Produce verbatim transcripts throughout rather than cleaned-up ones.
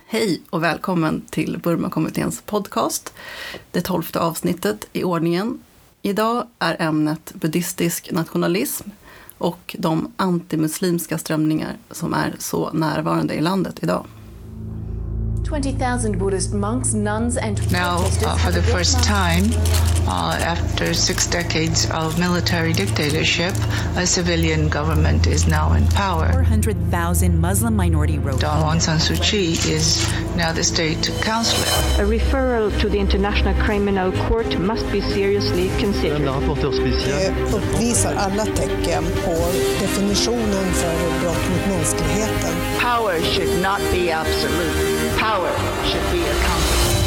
Hej och välkommen till Burmakommitténs podcast, det tolfte avsnittet i ordningen. Idag är ämnet buddhistisk nationalism och de antimuslimska strömningar som är så närvarande i landet idag. twenty thousand Buddhist monks, nuns and Now, uh, for the first time, uh, after six decades of military dictatorship, a civilian government is now in power. four hundred thousand Muslim minority Rohingya. Aung San Suu Kyi is now the state counselor. A referral to the International Criminal Court must be seriously considered. Det uppvisar alla tecken på definitionen för brott mot mänskligheten. Power should not be absolute. Power should be accountable.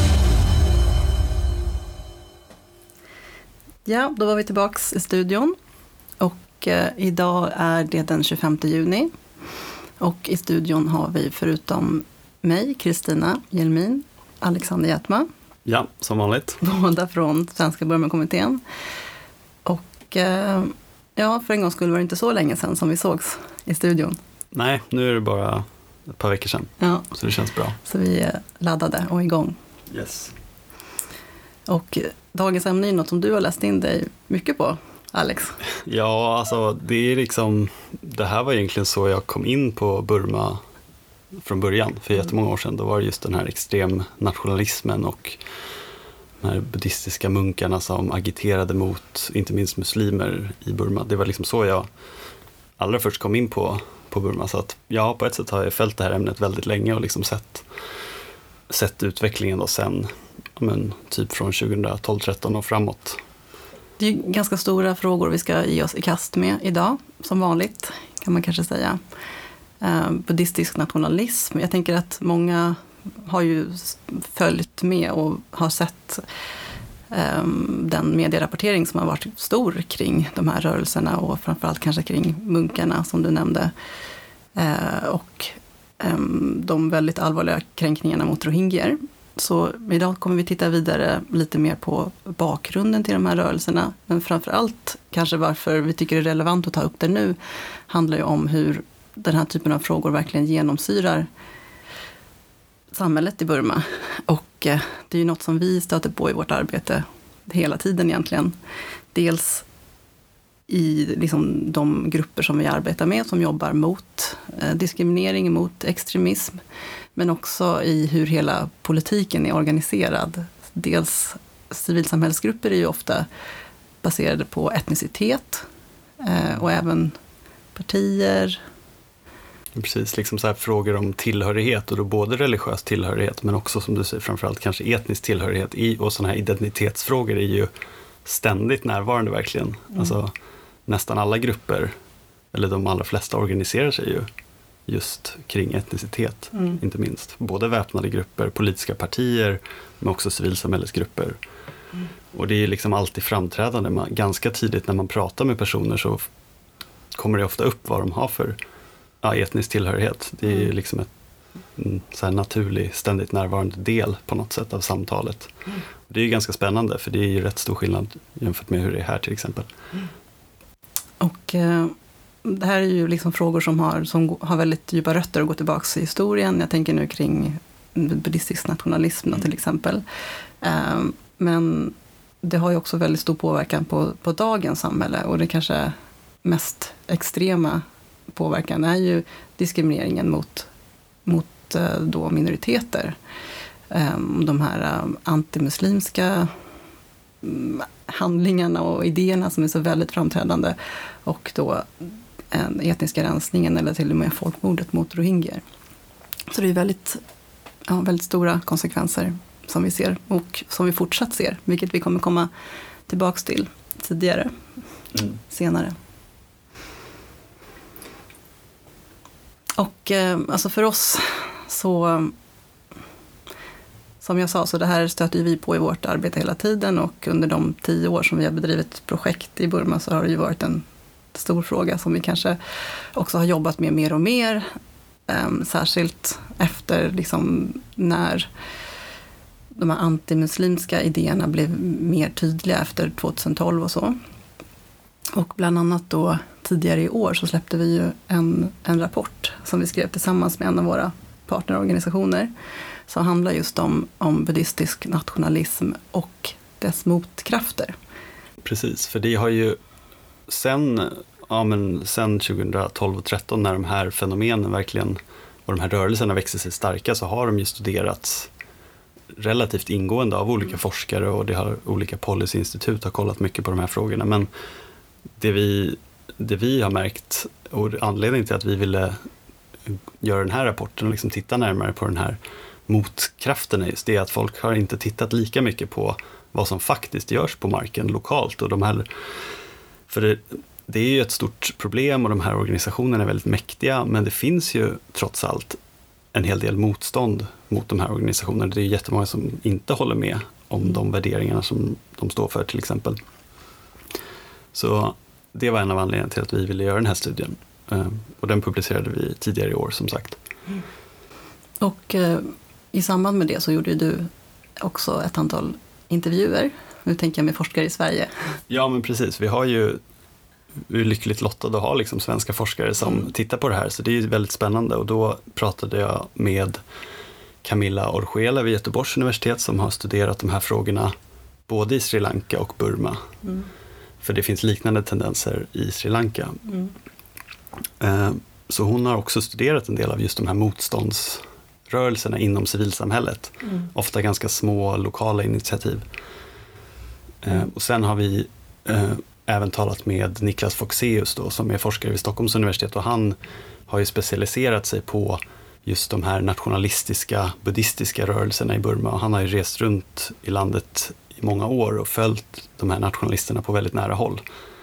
Ja, då var vi tillbaks i studion och eh, idag är det den tjugofemte juni och i studion har vi förutom mig, Kristina Jelmin, Alexander Jätma. Ja, som vanligt. Båda från Svenska Burmakommittén. Och eh, ja, för en gång skulle det vara inte så länge sedan som vi sågs i studion. Nej, nu är det bara ett par veckor sedan. Ja. Så det känns bra. Så vi är laddade och igång. Yes. Och dagens ämne är något som du har läst in dig mycket på, Alex. Ja, alltså det är liksom, det här var egentligen så jag kom in på Burma från början, för jättemånga år sedan. Då var det just den här extrem nationalismen och de här buddhistiska munkarna som agiterade mot, inte minst muslimer i Burma. Det var liksom så jag allra först kom in på, på Burma. Så att ja, på ett sätt har jag följt det här ämnet väldigt länge och liksom sett, sett utvecklingen då sen, men typ från tjugotolv tretton och framåt. Det är ganska stora frågor vi ska ge oss i kast med idag, som vanligt kan man kanske säga. Eh, buddhistisk nationalism. Jag tänker att många har ju följt med och har sett eh, den medierapportering som har varit stor kring de här rörelserna och framförallt kanske kring munkarna som du nämnde. Eh, och eh, de väldigt allvarliga kränkningarna mot rohingyer. Så idag kommer vi titta vidare lite mer på bakgrunden till de här rörelserna. Men framförallt kanske varför vi tycker det är relevant att ta upp det nu handlar ju om hur den här typen av frågor verkligen genomsyrar samhället i Burma. Och eh, det är ju något som vi stöter på i vårt arbete hela tiden egentligen. Dels i liksom, de grupper som vi arbetar med som jobbar mot eh, diskriminering, mot extremism. Men också i hur hela politiken är organiserad. Dels civilsamhällsgrupper är ju ofta baserade på etnicitet eh, och även partier. Precis, liksom så här frågor om tillhörighet och då både religiös tillhörighet men också som du säger framförallt kanske etnisk tillhörighet i, och sådana här identitetsfrågor är ju ständigt närvarande verkligen. Mm. Alltså nästan alla grupper, eller de allra flesta organiserar sig ju just kring etnicitet, mm. inte minst. Både väpnade grupper, politiska partier, men också civilsamhällesgrupper. Mm. Och det är liksom alltid framträdande. Man, ganska tidigt när man pratar med personer så kommer det ofta upp vad de har för ja, etnisk tillhörighet. Det är mm. liksom ett, en så här naturlig, ständigt närvarande del på något sätt av samtalet. Mm. Det är ju ganska spännande för det är ju rätt stor skillnad jämfört med hur det är här till exempel. Mm. Och eh, det här är ju liksom frågor som har, som har väldigt djupa rötter och går tillbaka i historien. Jag tänker nu kring buddhistisk nationalism mm. till exempel. Eh, men det har ju också väldigt stor påverkan på, på dagens samhälle. Och det kanske mest extrema påverkan är ju diskrimineringen mot, mot eh, då minoriteter. Eh, de här eh, antimuslimska handlingarna och idéerna som är så väldigt framträdande och då en etniska rensningen eller till och med folkmordet mot rohingyer. Så det är väldigt, ja, väldigt stora konsekvenser som vi ser och som vi fortsatt ser, vilket vi kommer komma tillbaks till tidigare, mm. senare. Och eh, alltså för oss så, som jag sa, så det här stöter vi på i vårt arbete hela tiden och under de tio år som vi har bedrivit projekt i Burma så har det ju varit en stor fråga som vi kanske också har jobbat med mer och mer. Eh, särskilt efter liksom när de här antimuslimska idéerna blev mer tydliga efter tjugohundratolv och så. Och bland annat då tidigare i år så släppte vi ju en, en rapport som vi skrev tillsammans med en av våra partnerorganisationer som handlar just om, om buddhistisk nationalism och dess motkrafter. Precis, för det har ju sen, ja men sen tjugohundratolv och tretton när de här fenomenen verkligen och de här rörelserna växer sig starka, så har de ju studerats relativt ingående av olika forskare, och det har olika policyinstitut har kollat mycket på de här frågorna. Men det vi, det vi har märkt, och anledningen till att vi ville göra den här rapporten och liksom titta närmare på den här motkrafterna, just det är att folk har inte tittat lika mycket på vad som faktiskt görs på marken lokalt. Och de här, för det, det är ju ett stort problem och de här organisationerna är väldigt mäktiga, men det finns ju trots allt en hel del motstånd mot de här organisationerna. Det är jättemånga som inte håller med om de värderingarna som de står för till exempel. Så det var en av anledningarna till att vi ville göra den här studien. Och den publicerade vi tidigare i år som sagt. Och eh, i samband med det så gjorde du också ett antal intervjuer. Nu tänker jag med forskare i Sverige. Ja men precis, vi har ju vi är lyckligt lottade att ha liksom svenska forskare som mm. tittar på det här. Så det är ju väldigt spännande, och då pratade jag med Camilla Orjuela vid Göteborgs universitet som har studerat de här frågorna både i Sri Lanka och Burma. Mm. För det finns liknande tendenser i Sri Lanka. Mm. Så hon har också studerat en del av just de här motståndsrörelserna inom civilsamhället. Mm. Ofta ganska små lokala initiativ. Mm. Och sen har vi även talat med Niklas Foxeus då, som är forskare vid Stockholms universitet, och han har ju specialiserat sig på just de här nationalistiska buddhistiska rörelserna i Burma, och han har ju rest runt i landet i många år och följt de här nationalisterna på väldigt nära håll.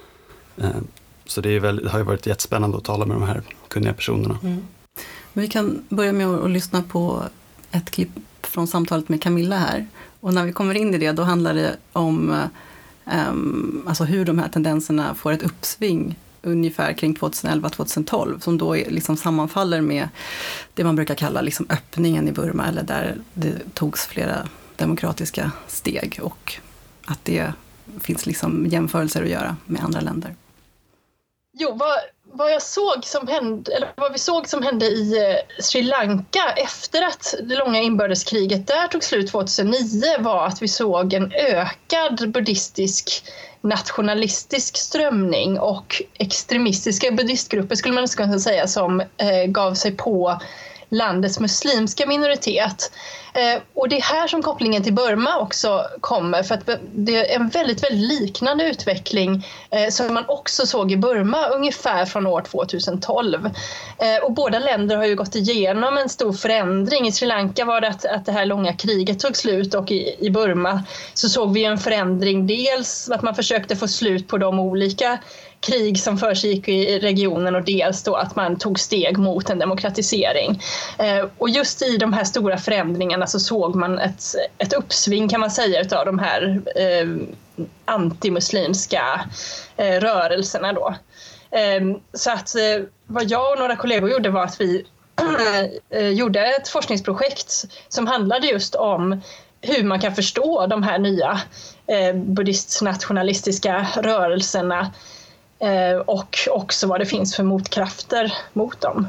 Så det, är väl, det har ju varit jättespännande att tala med de här kunniga personerna. Mm. Men vi kan börja med att, att lyssna på ett klipp från samtalet med Camilla här, och när vi kommer in i det då handlar det om Um, alltså hur de här tendenserna får ett uppsving ungefär kring tjugoelva tjugotolv, som då är, liksom sammanfaller med det man brukar kalla liksom öppningen i Burma, eller där det togs flera demokratiska steg, och att det finns liksom jämförelser att göra med andra länder. Jo, vad, vad jag såg som hände, eller vad vi såg som hände i Sri Lanka efter att det långa inbördeskriget där tog slut tjugohundranio var att vi såg en ökad buddhistisk nationalistisk strömning och extremistiska buddhistgrupper skulle man kunna säga som eh, gav sig på landets muslimska minoritet. Eh, och det är här som kopplingen till Burma också kommer, för att det är en väldigt, väldigt liknande utveckling eh, som man också såg i Burma ungefär från år tjugotolv. Eh, och båda länder har ju gått igenom en stor förändring. I Sri Lanka var det att, att det här långa kriget tog slut, och i, i Burma så såg vi en förändring, dels att man försökte få slut på de olika krig som försiggick i regionen, och dels då att man tog steg mot en demokratisering. Eh, och just i de här stora förändringarna så såg man ett, ett uppsving kan man säga utav de här eh, antimuslimska eh, rörelserna då. Eh, så att eh, vad jag och några kollegor gjorde var att vi eh, gjorde ett forskningsprojekt som handlade just om hur man kan förstå de här nya eh, buddhist-nationalistiska rörelserna, och också vad det finns för motkrafter mot dem.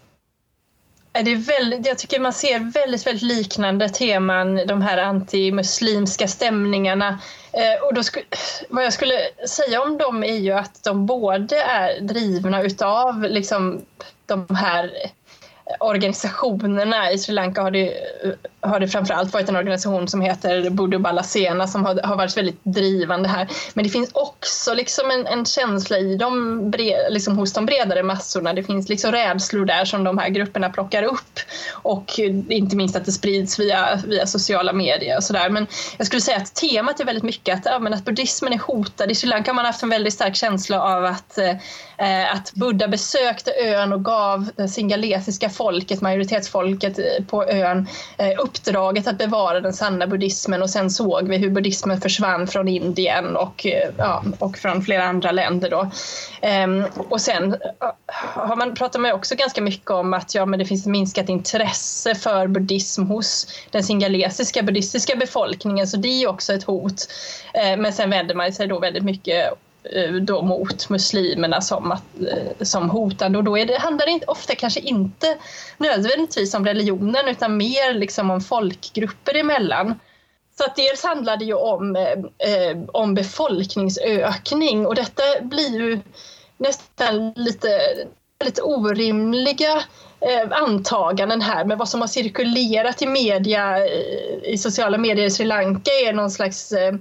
Det är väldigt, jag tycker man ser väldigt, väldigt liknande teman, de här antimuslimska stämningarna. Och då sku, vad jag skulle säga om dem är ju att de både är drivna utav liksom de här organisationerna. I Sri Lanka har det, har det framförallt varit en organisation som heter Buddha Bala Sena som har, har varit väldigt drivande här. Men det finns också liksom en, en känsla i de bred, liksom hos de bredare massorna. Det finns liksom rädslor där som de här grupperna plockar upp, och inte minst att det sprids via, via sociala medier och sådär. Men jag skulle säga att temat är väldigt mycket att, ja, men att buddhismen är hotad. I Sri Lanka har man haft en väldigt stark känsla av att, eh, att Buddha besökte ön och gav den singalesiska folket, majoritetsfolket på ön, uppdraget att bevara den sanna buddhismen, och sen såg vi hur buddhismen försvann från Indien och, ja, och från flera andra länder då. Och sen har man pratat med också ganska mycket om att ja, men det finns minskat intresse för buddhism hos den singalesiska buddhistiska befolkningen, så det är också ett hot. Men sen vänder man sig då väldigt mycket då mot muslimerna som, att, som hotande. Och då är det, handlar det inte, ofta kanske inte nödvändigtvis om religionen utan mer liksom om folkgrupper emellan. Så att dels handlar det ju om, eh, om befolkningsökning och detta blir ju nästan lite, lite orimliga eh, antaganden här. Men vad som har cirkulerat i media, i sociala medier i Sri Lanka är någon slags eh,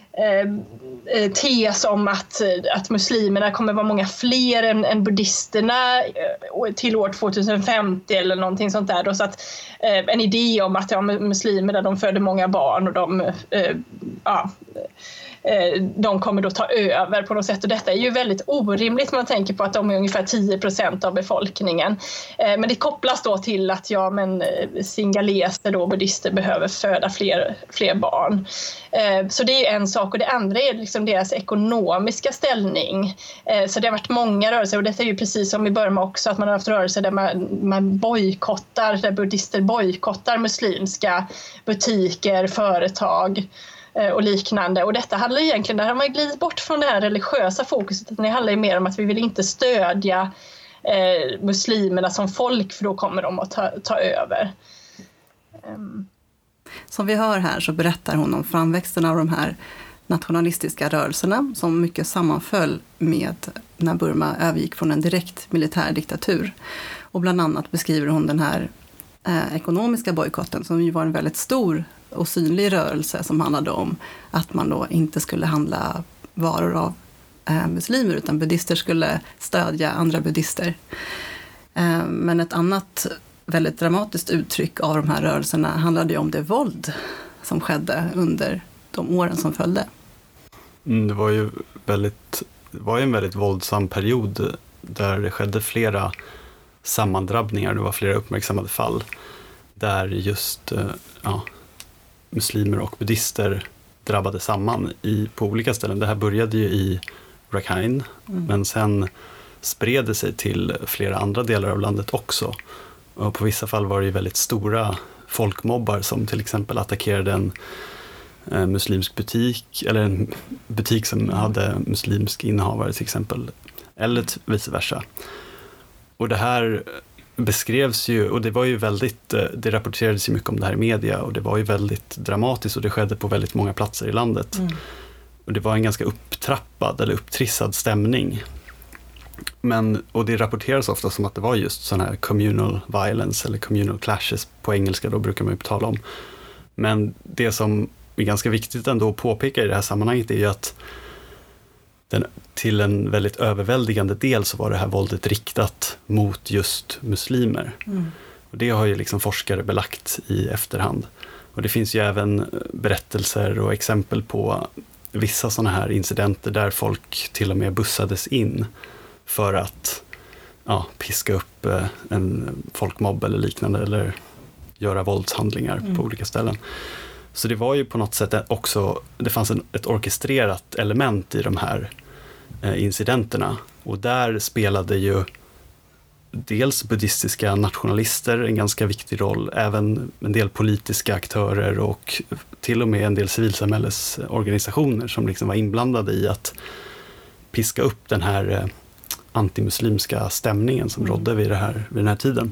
eh, tes om att, att muslimerna kommer vara många fler än, än buddhisterna till år tjugohundrafemtio eller någonting sånt där. Då. Så att, eh, en idé om att ja, muslimerna de föder många barn och de, eh, ja, eh, de kommer då ta över på något sätt. Och detta är ju väldigt orimligt. Man tänker på att de är ungefär tio procent av befolkningen. Eh, men det kopplas då till att ja, men, singaleser och buddhister behöver föda fler, fler barn. Eh, så det är en sak. Och det andra är liksom deras ekonomiska ställning. Eh, så det har varit många rörelser. Och detta är ju precis som i Burma också. Att man har haft rörelser där man, man bojkottar, där buddhister bojkottar muslimska butiker, företag och liknande. Och detta handlar egentligen, där har man glidit bort från det här religiösa fokuset. Det handlar ju mer om att vi vill inte stödja eh, muslimerna som folk för då kommer de att ta, ta över. Um. Som vi hör här så berättar hon om framväxten av de här nationalistiska rörelserna som mycket sammanföll med när Burma övergick från en direkt militär diktatur. Och bland annat beskriver hon den här eh, ekonomiska bojkotten som ju var en väldigt stor och synlig rörelse som handlade om att man då inte skulle handla varor av eh, muslimer utan buddister skulle stödja andra buddister. Eh, men ett annat väldigt dramatiskt uttryck av de här rörelserna handlade ju om det våld som skedde under de åren som följde. Mm, det var ju väldigt, det var ju en väldigt våldsam period där det skedde flera sammandrabbningar, det var flera uppmärksammade fall där just eh, ja, muslimer och buddister drabbade samman i, på olika ställen. Det här började ju i Rakhine, mm. men sen spred det sig till flera andra delar av landet också. Och på vissa fall var det ju väldigt stora folkmobbar som till exempel attackerade en eh, muslimsk butik, eller en butik som hade muslimsk innehavare till exempel, eller vice versa. Och det här beskrevs ju, och det var ju väldigt, det rapporterades ju mycket om det här i media och det var ju väldigt dramatiskt och det skedde på väldigt många platser i landet. Mm. Och det var en ganska upptrappad eller upptrissad stämning. Men, och det rapporteras ofta som att det var just sån här communal violence eller communal clashes på engelska, då brukar man ju tala om. Men det som är ganska viktigt ändå att påpeka i det här sammanhanget är ju att den, till en väldigt överväldigande del så var det här våldet riktat mot just muslimer. Mm. Och det har ju liksom forskare belagt i efterhand. Och det finns ju även berättelser och exempel på vissa sådana här incidenter där folk till och med bussades in för att ja, piska upp en folkmobb eller liknande eller göra våldshandlingar mm. på olika ställen. Så det var ju på något sätt också, det fanns en, ett orkestrerat element i de här eh, incidenterna. Och där spelade ju dels buddhistiska nationalister en ganska viktig roll, även en del politiska aktörer och till och med en del civilsamhällesorganisationer som liksom var inblandade i att piska upp den här eh, antimuslimska stämningen som mm. rådde vid, det här, vid den här tiden.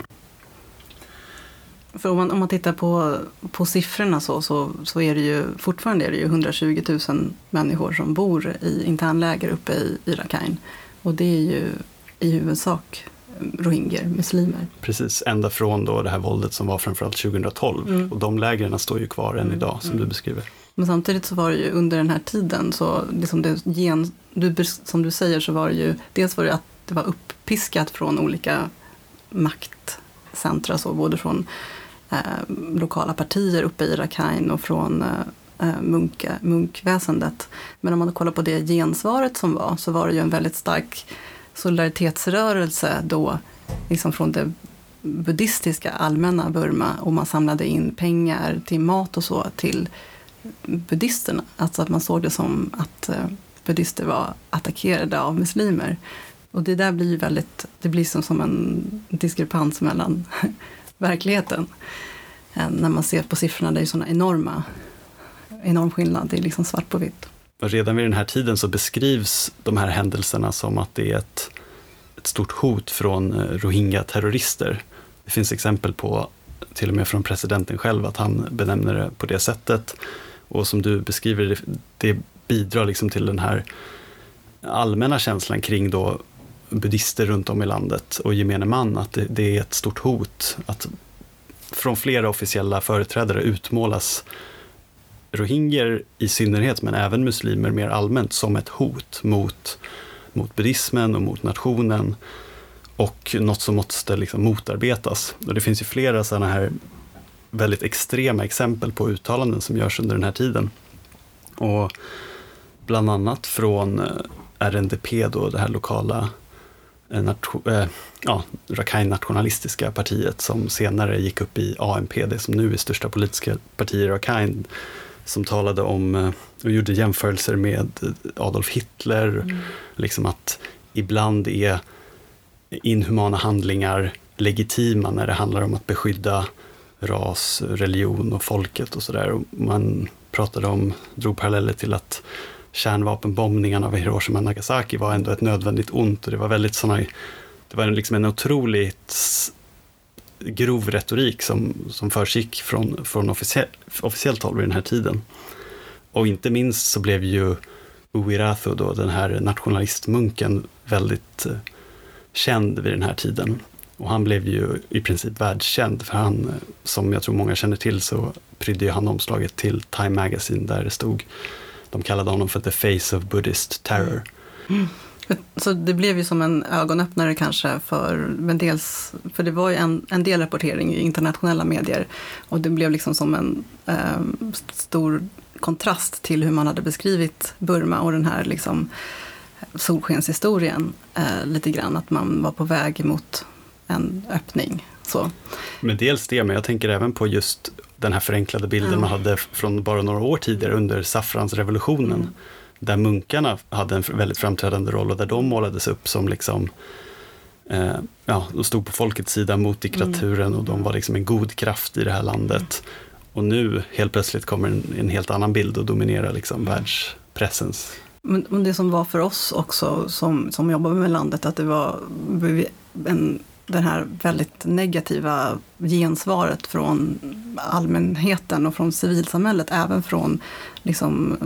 För om man, om man tittar på, på siffrorna så, så, så är det ju fortfarande är det ju hundratjugo tusen människor som bor i internläger uppe i, i Rakhine. Och det är ju i huvudsak rohingyer, muslimer. Precis, ända från då det här våldet som var framförallt tjugohundratolv. Mm. Och de lägren står ju kvar än idag som mm. du beskriver. Men samtidigt så var det ju under den här tiden så liksom det gen, du, som du säger så var det ju dels var det att det var upppiskat från olika maktcentra så både från eh, lokala partier uppe i Rakhine och från eh, munk, munkväsendet. Men om man kollar på det gensvaret som var så var det ju en väldigt stark solidaritetsrörelse då liksom från det buddhistiska allmänna Burma och man samlade in pengar till mat och så till buddhisterna. Alltså att man såg det som att eh, buddhister var attackerade av muslimer. Och det där blir väldigt, det blir som, som en diskrepans mellan verkligheten. Eh, när man ser på siffrorna, det är ju sådana enorma, enorm skillnad, det är liksom svart på vitt. redan vid den här tiden så beskrivs de här händelserna som att det är ett, ett stort hot från Rohingya-terrorister. Det finns exempel på, till och med från presidenten själv, att han benämner det på det sättet. Och som du beskriver, det, det bidrar liksom till den här allmänna känslan kring då buddhister runt om i landet och gemene man, att det, det är ett stort hot. Att från flera officiella företrädare utmålas rohingyer i synnerhet, men även muslimer mer allmänt, som ett hot mot, mot buddhismen och mot nationen, och något som måste liksom motarbetas. Och det finns ju flera sådana här väldigt extrema exempel på uttalanden som görs under den här tiden. Och bland annat från R N D P, då, det här lokala nation, äh, ja, Rakhine-nationalistiska partiet som senare gick upp i A M P, det som nu är största politiska parti i Rakhine, som talade om och gjorde jämförelser med Adolf Hitler, mm. liksom att ibland är inhumana handlingar legitima när det handlar om att beskydda ras, religion och folket och sådär. Man pratade om, drog paralleller till att kärnvapenbombningarna av Hiroshima och Nagasaki var ändå ett nödvändigt ont, och det var väldigt såna, det var liksom en otroligt grov retorik som, som försiggick från, från officiell, officiellt håll vid den här tiden. Och inte minst så blev ju Uwirathu, då, den här nationalistmunken, väldigt eh, känd vid den här tiden. Och han blev ju i princip världskänd, för han, som jag tror många känner till, så prydde ju han omslaget till Time Magazine där det stod, de kallade honom för the face of Buddhist terror. Mm. Så det blev ju som en ögonöppnare kanske för, men dels, för det var ju en, en del rapportering i internationella medier, och det blev liksom som en eh, stor kontrast till hur man hade beskrivit Burma och den här liksom solskenshistorien eh, lite grann, att man var på väg mot en öppning. Så. Men dels det, men jag tänker även på just den här förenklade bilden mm. man hade från bara några år tidigare under saffransrevolutionen, mm. där munkarna hade en väldigt framträdande roll och där de målades upp som liksom, eh, ja, de stod på folkets sida mot diktaturen mm. och de var liksom en god kraft i det här landet. Mm. Och nu helt plötsligt kommer en, en helt annan bild och dominerar liksom världspressens. Men det som var för oss också som, som jobbade med landet, att det var en, den här väldigt negativa gensvaret från allmänheten och från civilsamhället, även från liksom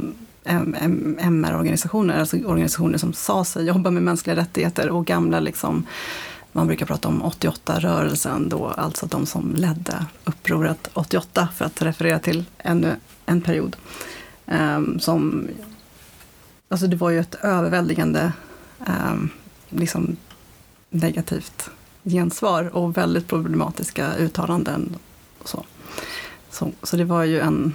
M R-organisationer, alltså organisationer som sa sig jobba med mänskliga rättigheter, och gamla liksom, man brukar prata om åttioåtta-rörelsen då, alltså de som ledde upproret åttioåtta, för att referera till ännu en period. Um, som, alltså det var ju ett överväldigande um, liksom negativt gensvar och väldigt problematiska uttalanden och så. Så, så det var ju en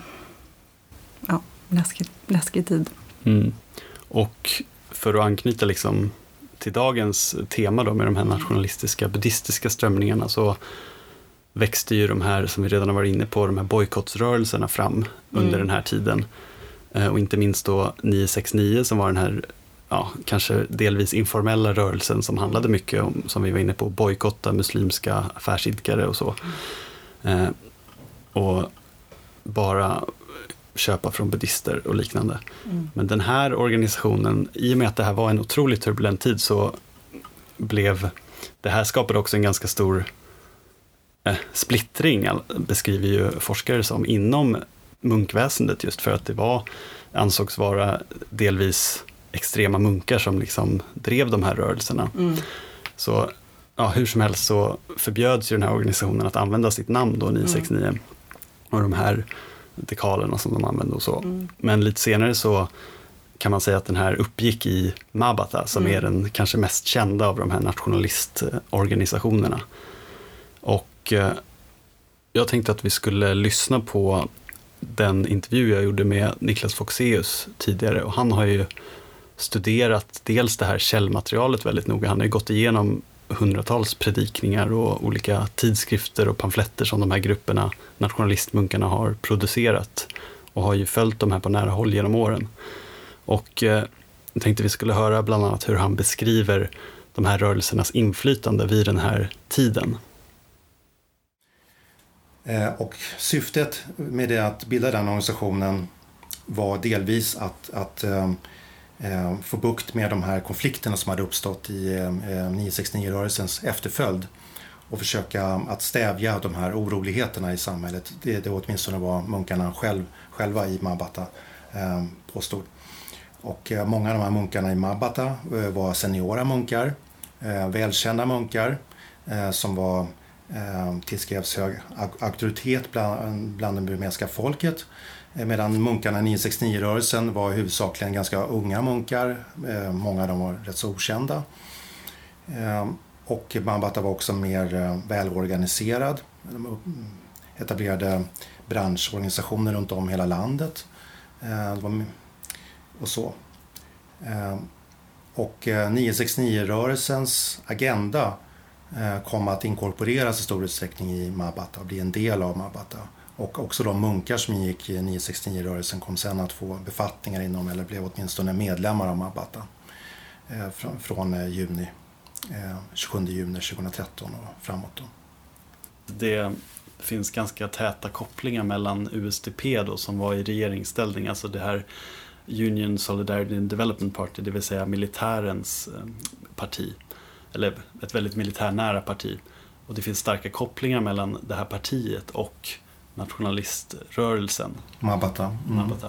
ja, läskig, läskig tid. Mm. Och för att anknyta liksom till dagens tema då med de här nationalistiska, buddhistiska strömningarna, så växte ju de här, som vi redan har varit inne på, de här bojkottsrörelserna fram mm. under den här tiden. Och inte minst då nio sex nio som var den här, ja, kanske delvis informella rörelsen som handlade mycket om, som vi var inne på, bojkotta muslimska affärsidkare och så. Mm. Eh, och bara köpa från buddhister och liknande. Mm. Men den här organisationen, i och med att det här var en otroligt turbulent tid, så blev det här skapade också en ganska stor eh, splittring, beskriver ju forskare som, inom munkväsendet, just för att det var, ansågs vara delvis extrema munkar som liksom drev de här rörelserna. Mm. Så ja, hur som helst så förbjöds ju den här organisationen att använda sitt namn då, nio sex nio, mm. och de här dekalerna som de använde och så. Mm. Men lite senare så kan man säga att den här uppgick i Mabata, som mm. är den kanske mest kända av de här nationalistorganisationerna. Och eh, jag tänkte att vi skulle lyssna på den intervju jag gjorde med Niklas Foxeus tidigare, och han har ju studerat dels det här källmaterialet väldigt noga. Han har ju gått igenom hundratals predikningar och olika tidskrifter och pamfletter som de här grupperna, nationalistmunkarna, har producerat, och har ju följt de här på nära håll genom åren. Och eh, jag tänkte vi skulle höra bland annat hur han beskriver de här rörelsernas inflytande vid den här tiden. Och syftet med det att bilda den organisationen var delvis att, att eh, få bukt med de här konflikterna som hade uppstått i eh, nio sextionio-rörelsens efterföljd och försöka att stävja de här oroligheterna i samhället. Det, det åtminstone var munkarna själv, själva i Mabata eh, påstod. Och eh, många av de här munkarna i Mabata eh, var seniora munkar, eh, välkända munkar eh, som var eh, tillskrevs hög auktoritet bland, bland det burmesiska folket. Eh, medan munkarna i nio sextionio-rörelsen var huvudsakligen ganska unga munkar. Eh, många av dem var rätt så okända. Eh, och Mabata var också mer eh, välorganiserad. De etablerade branschorganisationer runt om hela landet. Eh, det var och så. Eh, och eh, nio sextionio-rörelsens agenda eh, kom att inkorporeras i stor utsträckning i Mabata och bli en del av Mabata. Och också de munkar som gick i nio sextionio-rörelsen kom sedan att få befattningar inom, eller blev åtminstone medlemmar av Mabata eh, från, från eh, juni, eh, tjugosjunde juni tjugohundratretton och framåt då. Det finns ganska täta kopplingar mellan U S D P då, som var i regeringsställning, alltså det här Union Solidarity and Development Party, det vill säga militärens parti, eller ett väldigt militärnära parti. Och det finns starka kopplingar mellan det här partiet och nationaliströrelsen. Mabata. Mm. Mabata.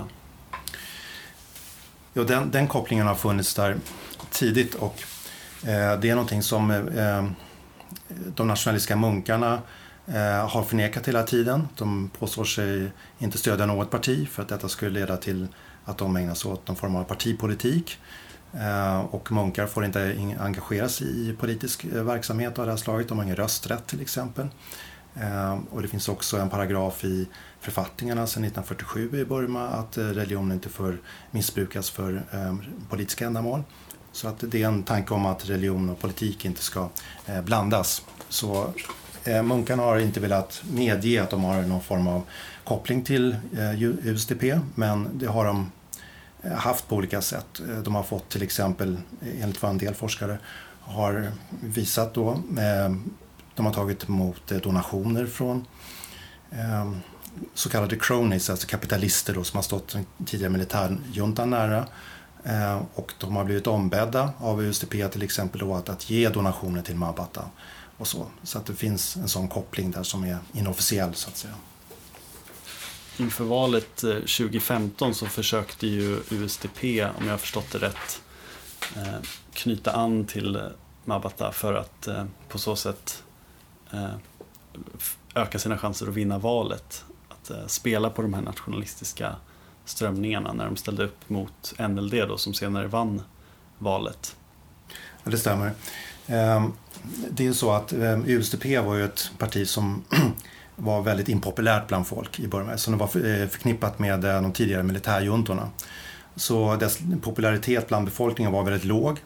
Ja, den, den kopplingen har funnits där tidigt och eh, det är någonting som eh, de nationalistiska munkarna eh, har förnekat hela tiden. De påstår sig inte stödja något parti för att detta skulle leda till att de ägnar sig åt någon form av partipolitik. Eh, och munkar får inte engagera sig i politisk verksamhet av det här slaget. De har ingen rösträtt till exempel. Eh, och det finns också en paragraf i författningarna sedan nittonhundrafyrtiosju i Burma att religion inte får missbrukas för eh, politiska ändamål. Så att det är en tanke om att religion och politik inte ska eh, blandas. Så eh, munkarna har inte velat medge att de har någon form av koppling till eh, U S D P, men det har de haft på olika sätt. De har fått till exempel, enligt vad en del forskare har visat då, eh, de har tagit emot donationer från eh, så kallade cronies, alltså kapitalister då, som har stått den tidigare militärjuntan nära. Eh, och de har blivit ombedda av U S D P till exempel då att, att ge donationer till Mabata och så. Så att det finns en sån koppling där som är inofficiell så att säga. Inför valet tjugohundrafemton så försökte ju U S D P, om jag har förstått det rätt, knyta an till Mabata för att på så sätt öka sina chanser att vinna valet. Att spela på de här nationalistiska strömningarna när de ställde upp mot N L D då, som senare vann valet. Ja, det stämmer. Det är ju så att U S D P var ju ett parti som var väldigt impopulärt bland folk i Burma, så det var förknippat med de tidigare militärjuntorna. Så dess popularitet bland befolkningen var väldigt låg.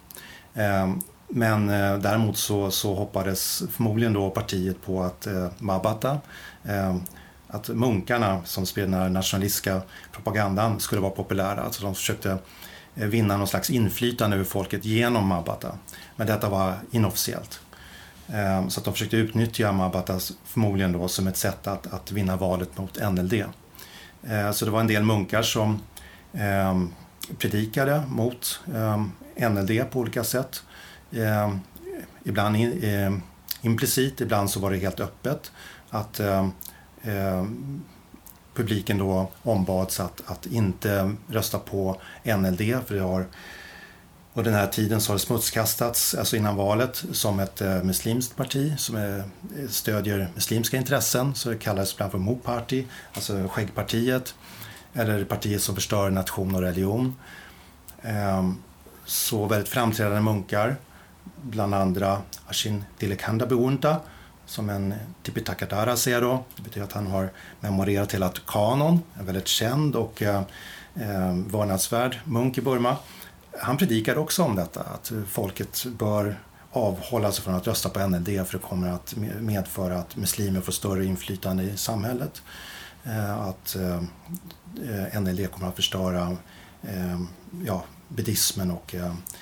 Men däremot så, så hoppades förmodligen då partiet på att Mabata, att munkarna som spred den här nationalistiska propagandan skulle vara populära. Alltså de försökte vinna någon slags inflytande över folket genom Mabata. Men detta var inofficiellt. Så att de försökte utnyttja Mabata förmodligen då som ett sätt att, att vinna valet mot N L D. Så det var en del munkar som eh, predikade mot eh, N L D på olika sätt. Eh, ibland in, eh, implicit, ibland så var det helt öppet att eh, eh, publiken då ombads att, att inte rösta på N L D, för det har och den här tiden så har det smutskastats, alltså innan valet, som ett eh, muslimskt parti som är, stödjer muslimska intressen, så det kallas ibland för Mo Party, alltså skäggpartiet, eller partiet som förstör nation och religion. Eh, så väldigt framträdande munkar, bland andra Ashin Dilekanda Beunta, som en Tipitaka säger då. Det betyder att han har memorerat hela kanon, en väldigt känd och eh, varnadsvärd munk i Burma. Han predikade också om detta, att folket bör avhålla sig från att rösta på N L D för det kommer att medföra att muslimer får större inflytande i samhället. Att N L D kommer att förstöra ja, buddhismen och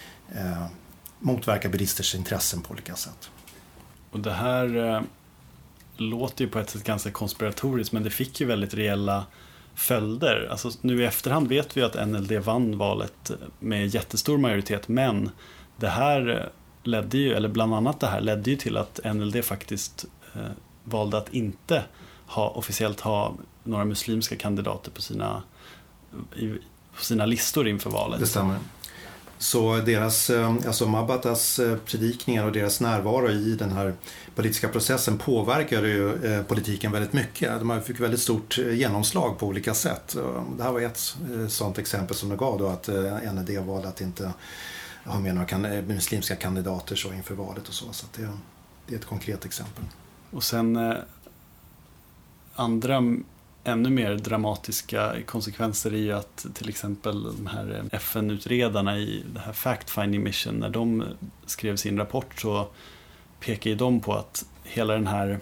motverka buddhisters intressen på olika sätt. Och det här låter ju på ett sätt ganska konspiratoriskt, men det fick ju väldigt reella följder. Alltså, nu i efterhand vet vi att N L D vann valet med jättestor majoritet, men det här ledde ju, eller bland annat det här ledde ju till att N L D faktiskt eh, valde att inte ha, officiellt ha några muslimska kandidater på sina, i, på sina listor inför valet. Det stämmer. Så deras, alltså Mabatas predikningar och deras närvaro i den här politiska processen påverkade ju politiken väldigt mycket. De fick väldigt stort genomslag på olika sätt. Det här var ett sådant exempel som det gav då, att N L D valde att inte ha med några muslimska kandidater så inför valet och så. Så det, det är ett konkret exempel. Och sen eh, andra ännu mer dramatiska konsekvenser är ju att till exempel de här F N-utredarna i det här fact-finding mission, när de skrev sin rapport så pekar ju de på att hela den här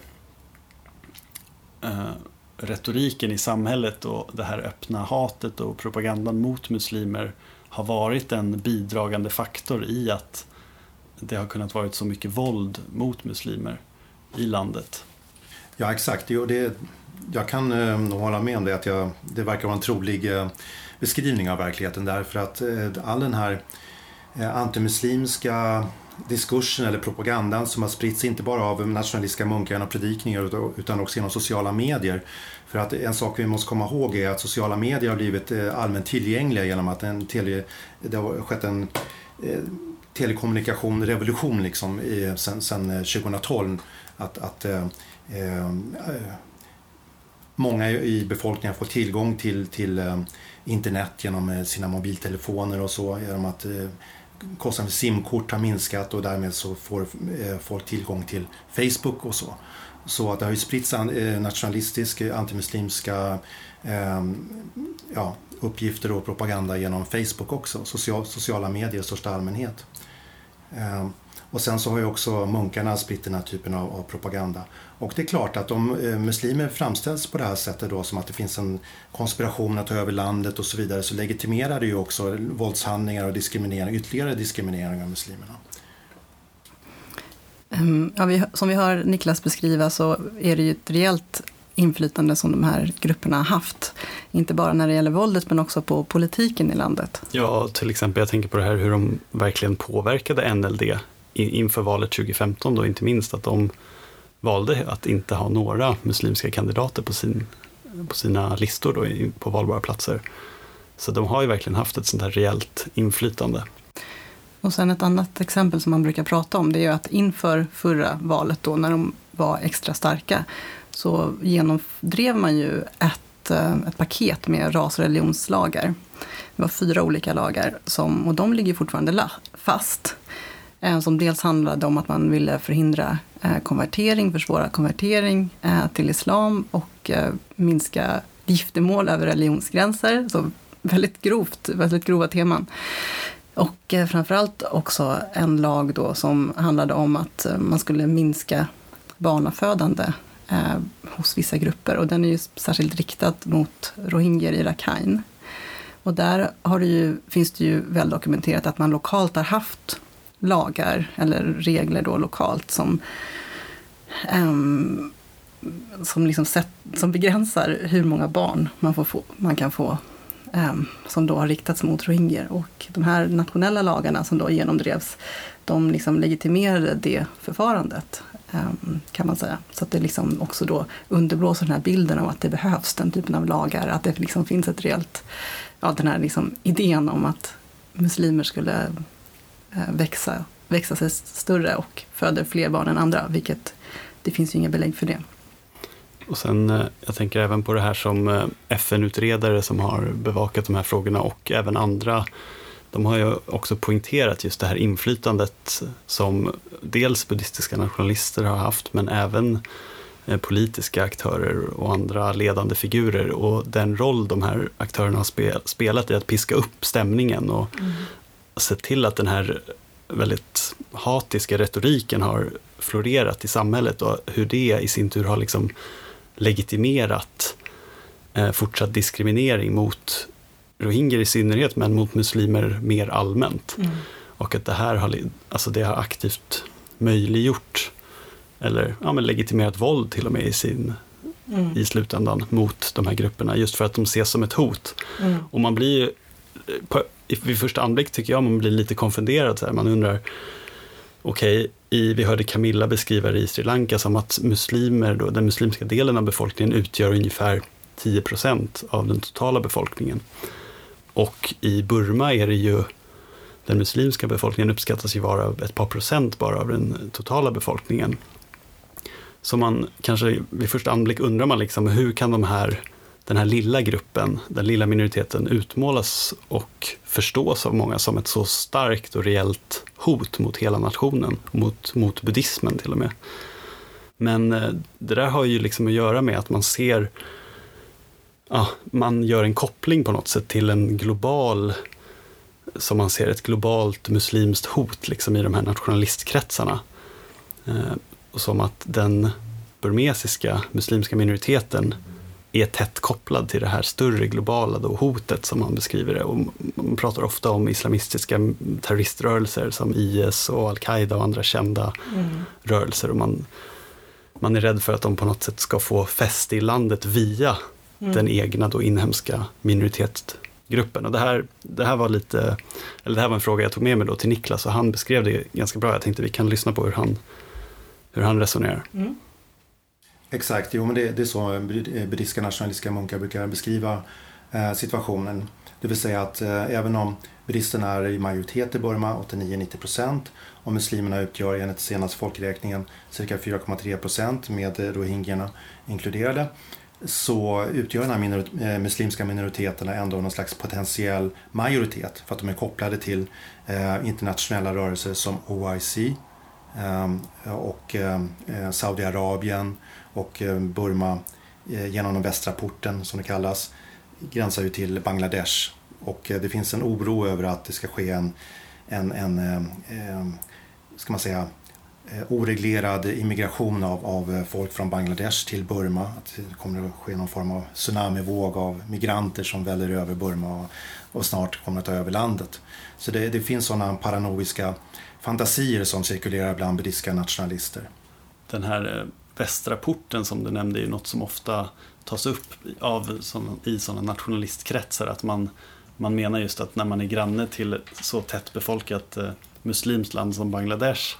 eh, retoriken i samhället och det här öppna hatet och propagandan mot muslimer har varit en bidragande faktor i att det har kunnat vara så mycket våld mot muslimer i landet. Ja, exakt. Jo, det, jag kan eh, nog hålla med om det, att jag, det verkar vara en trolig eh, beskrivning av verkligheten, därför att eh, all den här eh, antimuslimska diskursen eller propagandan som har spritts inte bara av nationalistiska munkar och predikningar utan också genom sociala medier. För att en sak vi måste komma ihåg är att sociala medier har blivit allmänt tillgängliga genom att en tele, det har skett en eh, telekommunikation, revolution liksom i, sen, sen tjugohundratolv. Att, att eh, eh, många i befolkningen får tillgång till, till eh, internet genom sina mobiltelefoner och så, genom att eh, kostnaden för simkort har minskat och därmed så får eh, folk tillgång till Facebook och så. Så att det har ju spritts eh, nationalistiska, antimuslimska eh, ja, uppgifter och propaganda genom Facebook också, social, sociala medier i största allmänhet. Eh, och sen så har ju också munkarna spritt den här typen av, av propaganda. Och det är klart att om eh, muslimer framställs på det här sättet då, som att det finns en konspiration att ta över landet och så vidare, så legitimerar det ju också våldshandlingar och diskriminering, ytterligare diskriminering av muslimerna. Ja, vi, som vi hör Niklas beskriva så är det ju ett rejält inflytande som de här grupperna har haft. Inte bara när det gäller våldet men också på politiken i landet. Ja, till exempel jag tänker på det här hur de verkligen påverkade N L D inför valet tjugohundrafemton då, inte minst att de valde att inte ha några muslimska kandidater på, sin, på sina listor då, på valbara platser. Så de har ju verkligen haft ett sånt här rejält inflytande. Och sen ett annat exempel som man brukar prata om, det är ju att inför förra valet då, när de var extra starka, så genomdrev man ju ett, ett paket med ras- och religionslagar. Det var fyra olika lagar som, och de ligger fortfarande fast. Som dels handlade om att man ville förhindra konvertering, försvåra konvertering till islam och minska giftermål över religionsgränser. Så väldigt grovt, väldigt grova teman. Och framförallt också en lag då som handlade om att man skulle minska barnafödande eh, hos vissa grupper. Och den är ju särskilt riktad mot rohingyer i Rakhine. Och där har det ju, finns det ju väl dokumenterat att man lokalt har haft lagar eller regler då lokalt som, eh, som, liksom set, som begränsar hur många barn man, får få, man kan få. Um, som då har riktats mot rohingyer, och de här nationella lagarna som då genomdrevs, de liksom legitimerade det förfarandet, um, kan man säga. Så att det liksom också då underblåser den här bilden av att det behövs den typen av lagar, att det liksom finns ett reellt, ja, den här liksom idén om att muslimer skulle uh, växa, växa sig större och föder fler barn än andra, vilket det finns ju inga belägg för det. Och sen, jag tänker även på det här som F N-utredare som har bevakat de här frågorna och även andra, de har ju också poängterat just det här inflytandet som dels buddhistiska nationalister har haft, men även politiska aktörer och andra ledande figurer, och den roll de här aktörerna har spelat i att piska upp stämningen och mm. se till att den här väldigt hatiska retoriken har florerat i samhället, och hur det i sin tur har liksom legitimerat eh, fortsatt diskriminering mot rohingyer i synnerhet, men mot muslimer mer allmänt. Mm. Och att det här har, alltså det har aktivt möjliggjort eller ja, men legitimerat våld till och med i sin, mm. i slutändan mot de här grupperna, just för att de ses som ett hot. Mm. Och man blir ju, på, vid första anblick tycker jag man blir lite konfunderad. Så här. Man undrar, okej, okay, vi hörde Camilla beskriva det i Sri Lanka som att muslimer, då, den muslimska delen av befolkningen utgör ungefär tio procent av den totala befolkningen. Och i Burma är det ju, den muslimska befolkningen uppskattas ju vara ett par procent bara av den totala befolkningen. Så man kanske vid första anblick undrar man liksom, hur kan de här, den här lilla gruppen, den lilla minoriteten utmålas och förstås av många som ett så starkt och reellt hot mot hela nationen, mot, mot buddhismen till och med. Men det där har ju liksom att göra med att man ser, ja, man gör en koppling på något sätt till en global, som man ser ett globalt muslimskt hot liksom i de här nationalistkretsarna. Eh, och som att den burmesiska muslimska minoriteten är tätt kopplad till det här större globala då, hotet som man beskriver det. Och man pratar ofta om islamistiska terroriströrelser som I S och Al-Qaida och andra kända mm. rörelser. Och man, man är rädd för att de på något sätt ska få fäste i landet via mm. den egna då inhemska minoritetsgruppen. Och det här, det här var lite, eller det här var en fråga jag tog med mig då till Niklas, och han beskrev det ganska bra. Jag tänkte vi kan lyssna på hur han, hur han resonerar. Mm. Exakt, jo men det, det är så buddhistiska nationalistiska munkar brukar beskriva eh, situationen. Det vill säga att eh, även om buddhisterna är i majoritet i Burma, åttionio till nittio procent, och muslimerna utgör enligt senaste folkräkningen cirka fyra komma tre procent med rohingyerna inkluderade, så utgör den här minor- eh, muslimska minoriteterna ändå någon slags potentiell majoritet för att de är kopplade till eh, internationella rörelser som O I C eh, och eh, Saudiarabien och eh, Burma eh, genom den västra porten som det kallas gränsar ju till Bangladesh, och eh, det finns en oro över att det ska ske en, en, en eh, ska man säga oreglerad immigration av, av folk från Bangladesh till Burma. Att det kommer att ske någon form av tsunamivåg av migranter som väller över Burma och, och snart kommer att ta över landet. Så det, det finns sådana paranoiska fantasier som cirkulerar bland buddhistiska nationalister. Den här västra porten som du nämnde är något som ofta tas upp av, som, i sådana nationalistkretsar, att man, man menar just att när man är granne till ett så tätt befolkat eh, muslimskt land som Bangladesh,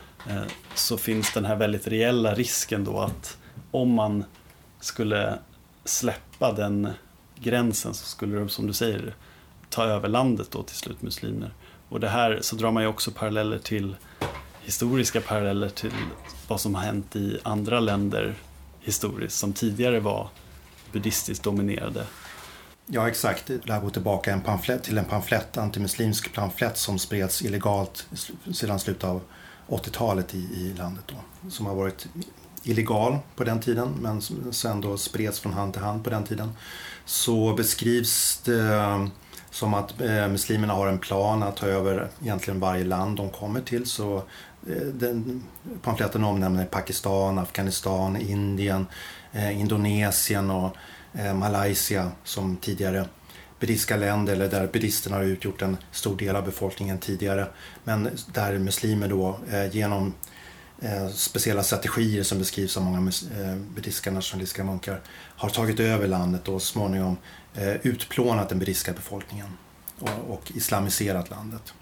så finns den här väldigt reella risken då att om man skulle släppa den gränsen så skulle de, som du säger, ta över landet då till slut muslimer. Och det här så drar man ju också paralleller till historiska paralleller till vad som har hänt i andra länder historiskt som tidigare var buddhistiskt dominerade. Ja, exakt. Det här går tillbaka en pamflett, till en pamflett, antimuslimsk pamflett som spreds illegalt sedan slutet av åttiotalet i, i landet då, som har varit illegal på den tiden men sen då spreds från hand till hand på den tiden. Så beskrivs det som att eh, muslimerna har en plan att ta över egentligen varje land de kommer till. Så eh, den, pamfletten omnämner Pakistan, Afghanistan, Indien, eh, Indonesien och eh, Malaysia som tidigare buddhistiska länder, eller där buddhisterna har utgjort en stor del av befolkningen tidigare, men där muslimer då eh, genom eh, speciella strategier som beskrivs av många mus- eh, buddhistiska nationalistiska munkar har tagit över landet och småningom eh, utplånat den buddhistiska befolkningen och, och islamiserat landet.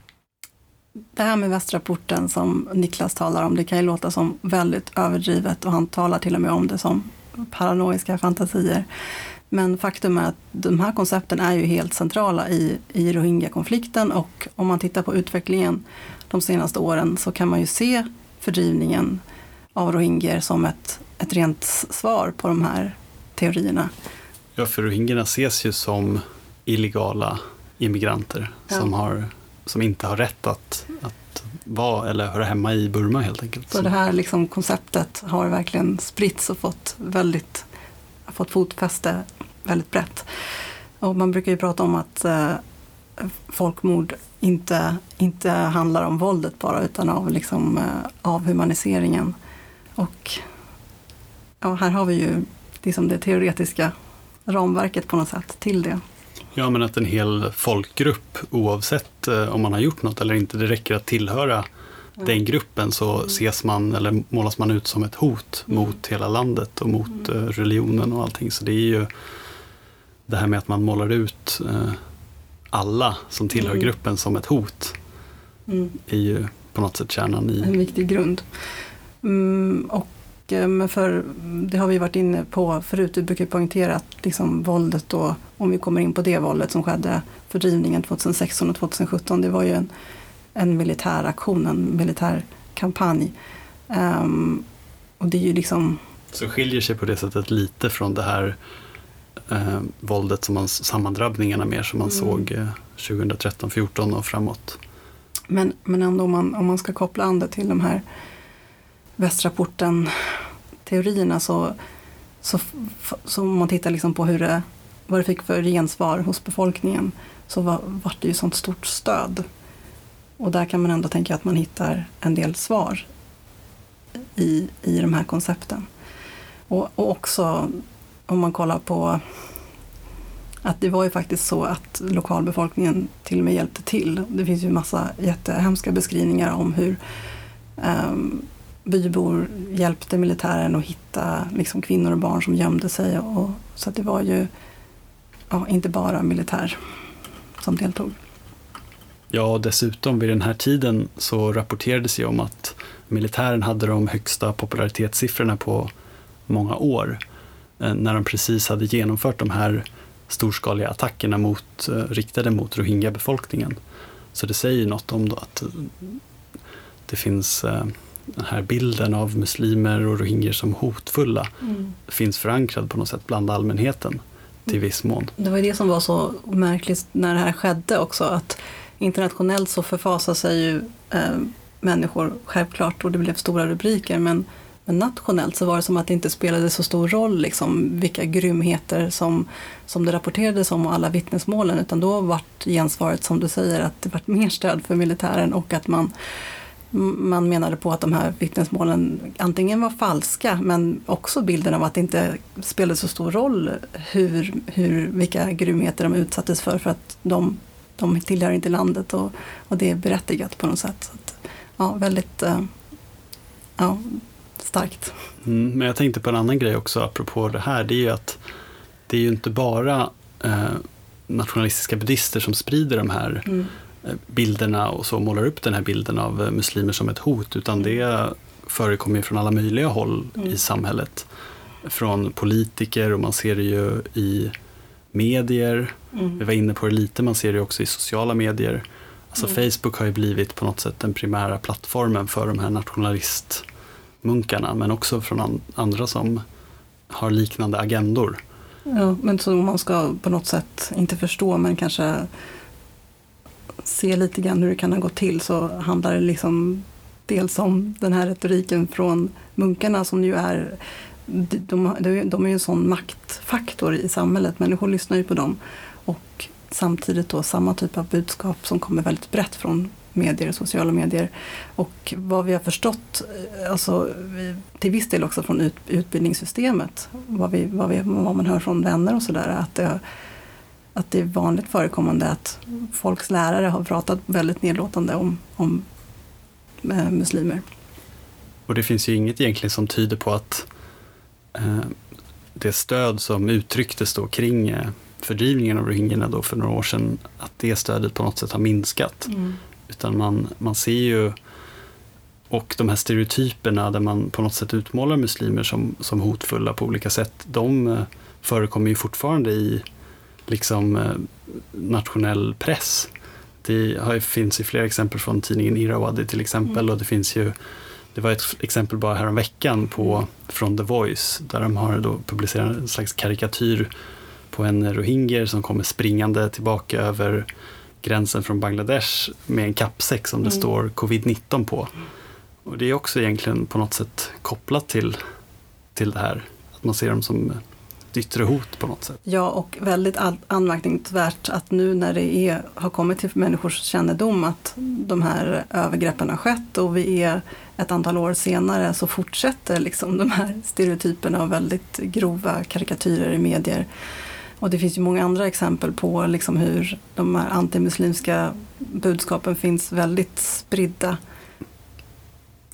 Det här med västra porten som Niklas talar om, det kan ju låta som väldigt överdrivet, och han talar till och med om det som paranoiska fantasier. Men faktum är att de här koncepten är ju helt centrala i, i Rohingya-konflikten, och om man tittar på utvecklingen de senaste åren så kan man ju se fördrivningen av rohingyer som ett, ett rent svar på de här teorierna. Ja, för rohingyerna ses ju som illegala immigranter ja. som, har, som inte har rätt att, att vara eller höra hemma i Burma helt enkelt. Så det här liksom konceptet har verkligen spritts och fått väldigt fått fotfäste väldigt brett. Och man brukar ju prata om att eh, folkmord inte, inte handlar om våldet bara, utan av liksom, eh, avhumaniseringen. Och ja, här har vi ju liksom det teoretiska ramverket på något sätt till det. Ja, men att en hel folkgrupp, oavsett eh, om man har gjort något eller inte, det räcker att tillhöra den gruppen så mm. ses man eller målas man ut som ett hot mm. mot hela landet och mot mm. religionen och allting. Så det är ju det här med att man målar ut eh, alla som tillhör mm. gruppen som ett hot mm. är ju på något sätt kärnan i... En viktig grund. Mm, och men för, det har vi varit inne på förut, du brukar poängtera att liksom våldet då, om vi kommer in på det våldet som skedde, fördrivningen tjugohundrasexton och tjugosjutton, det var ju en, en militär aktion, en militär kampanj. Um, och det är ju liksom... Så skiljer sig på det sättet lite från det här eh, våldet som man, sammandrabbningarna mer som man mm. såg eh, tjugotretton fjorton och framåt. Men, men ändå om man, om man ska koppla an det till de här Västrapporten-teorierna så, så, så om man tittar liksom på hur det, vad det fick för gensvar hos befolkningen så var, var det ju sånt stort stöd. Och där kan man ändå tänka att man hittar en del svar i, i de här koncepten. Och, och också om man kollar på att det var ju faktiskt så att lokalbefolkningen till och med hjälpte till. Det finns ju massa jättehemska beskrivningar om hur um, bybor hjälpte militären att hitta liksom, kvinnor och barn som gömde sig. Och, så att det var ju ja, inte bara militär som deltog. Ja, och dessutom vid den här tiden så rapporterades ju om att militären hade de högsta popularitetssiffrorna på många år. När de precis hade genomfört de här storskaliga attackerna mot, riktade mot Rohingya-befolkningen. Så det säger något om då att det finns den här bilden av muslimer och rohingyer som hotfulla mm. finns förankrad på något sätt bland allmänheten till viss mån. Det var det som var så märkligt när det här skedde också, att internationellt så förfasar sig ju eh, människor självklart och det blev stora rubriker, men, men nationellt så var det som att det inte spelade så stor roll liksom, vilka grymheter som, som det rapporterades om och alla vittnesmålen, utan då vart gensvaret som du säger att det vart mer stöd för militären och att man Man menade på att de här vittnesmålen antingen var falska men också bilden av att det inte spelade så stor roll hur, hur, vilka grymheter de utsattes för för att de, de tillhör inte landet och, och det är berättigat på något sätt. Så att, ja, väldigt ja, starkt. Mm, men jag tänkte på en annan grej också apropå det här, det är ju att det är ju inte bara eh, nationalistiska buddister som sprider de här mm. bilderna och så målar upp den här bilden av muslimer som ett hot, utan det förekommer från alla möjliga håll mm. i samhället. Från politiker och man ser det ju i medier. Mm. Vi var inne på det lite, man ser det också i sociala medier. Alltså mm. Facebook har ju blivit på något sätt den primära plattformen för de här nationalistmunkarna, men också från an- andra som har liknande agendor. Ja, men så man ska på något sätt inte förstå, men kanske se lite grann hur det kan ha gått till, så handlar det liksom dels om den här retoriken från munkarna som ju är de, de, de är ju en sån maktfaktor i samhället, människor lyssnar ju på dem och samtidigt då samma typ av budskap som kommer väldigt brett från medier, sociala medier, och vad vi har förstått alltså, till viss del också från ut, utbildningssystemet, vad, vi, vad, vi, vad man hör från vänner och sådär, att det att det är vanligt förekommande att folks lärare har pratat väldigt nedlåtande om, om eh, muslimer. Och det finns ju inget egentligen som tyder på att eh, det stöd som uttrycktes då kring eh, fördrivningen av rohingyerna då för några år sedan, att det stödet på något sätt har minskat. Mm. Utan man, man ser ju, och de här stereotyperna där man på något sätt utmålar muslimer som, som hotfulla på olika sätt, de eh, förekommer ju fortfarande i liksom eh, nationell press. Det har, finns ju flera exempel från tidningen Irrawaddy till exempel mm. och det finns ju, det var ett exempel bara här om veckan på, från The Voice där de har då publicerat en slags karikatyr på en rohingyer som kommer springande tillbaka över gränsen från Bangladesh med en kappsäck som det mm. står covid nitton på. Och det är också egentligen på något sätt kopplat till, till det här, att man ser dem som yttre hot på något sätt. Ja, och väldigt anmärkningsvärt att nu när det är, har kommit till människors kännedom att de här övergreppen har skett och vi är ett antal år senare, så fortsätter liksom de här stereotyperna och väldigt grova karikatyrer i medier. Och det finns ju många andra exempel på liksom hur de här antimuslimska budskapen finns väldigt spridda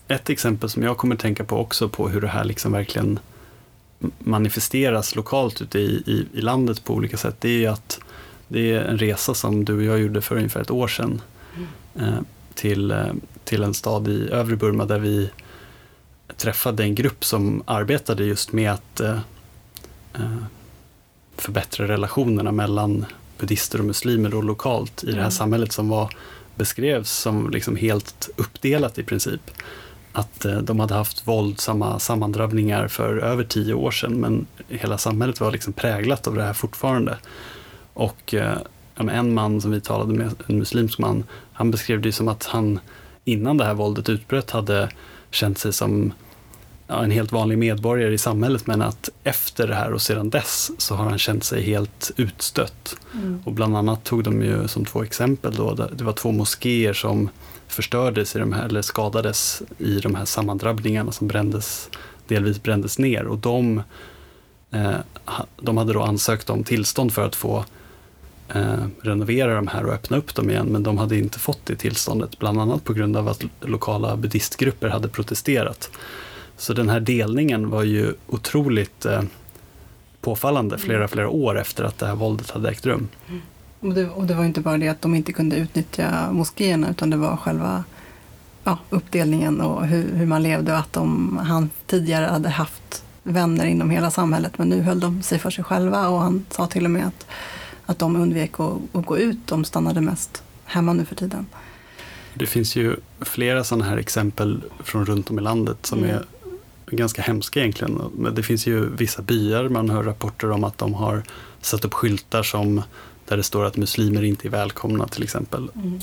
ett exempel som jag kommer tänka på också på hur det här liksom verkligen manifesteras lokalt ute i, i, i landet på olika sätt, det är att det är en resa som du och jag gjorde för ungefär ett år sedan mm. eh, till, eh, till en stad i övre Burma där vi träffade en grupp som arbetade just med att eh, eh, förbättra relationerna mellan buddhister och muslimer då lokalt i mm. det här samhället som var, beskrevs som liksom helt uppdelat i princip. Att eh, de hade haft våldsamma sammandrabbningar för över tio år sedan, men hela samhället var liksom präglat av det här fortfarande. Och eh, en man som vi talade med, en muslimsk man, han beskrev det som att han innan det här våldet utbröt hade känt sig som ja, en helt vanlig medborgare i samhället, men att efter det här och sedan dess så har han känt sig helt utstött. Mm. Och bland annat tog de ju som två exempel då, det var två moskéer som förstördes i de här, eller skadades i de här sammandrabbningarna som brändes, delvis brändes ner, och de, eh, de hade då ansökt om tillstånd för att få eh, renovera de här och öppna upp dem igen, men de hade inte fått det tillståndet, bland annat på grund av att lokala buddhistgrupper hade protesterat. Så den här delningen var ju otroligt eh, påfallande flera, flera år efter att det här våldet hade ägt rum. Mm. Och, det, och det var inte bara det att de inte kunde utnyttja moskéerna, utan det var själva ja, uppdelningen och hur, hur man levde, och att de, han tidigare hade haft vänner inom hela samhället, men nu höll de sig för sig själva, och han sa till och med att, att de undvek att, att gå ut, de stannade mest hemma nu för tiden. Det finns ju flera sådana här exempel från runt om i landet som mm. är ganska hemska egentligen. Men det finns ju vissa byar, man hör rapporter om att de har satt upp skyltar som, där det står att muslimer inte är välkomna till exempel. Mm.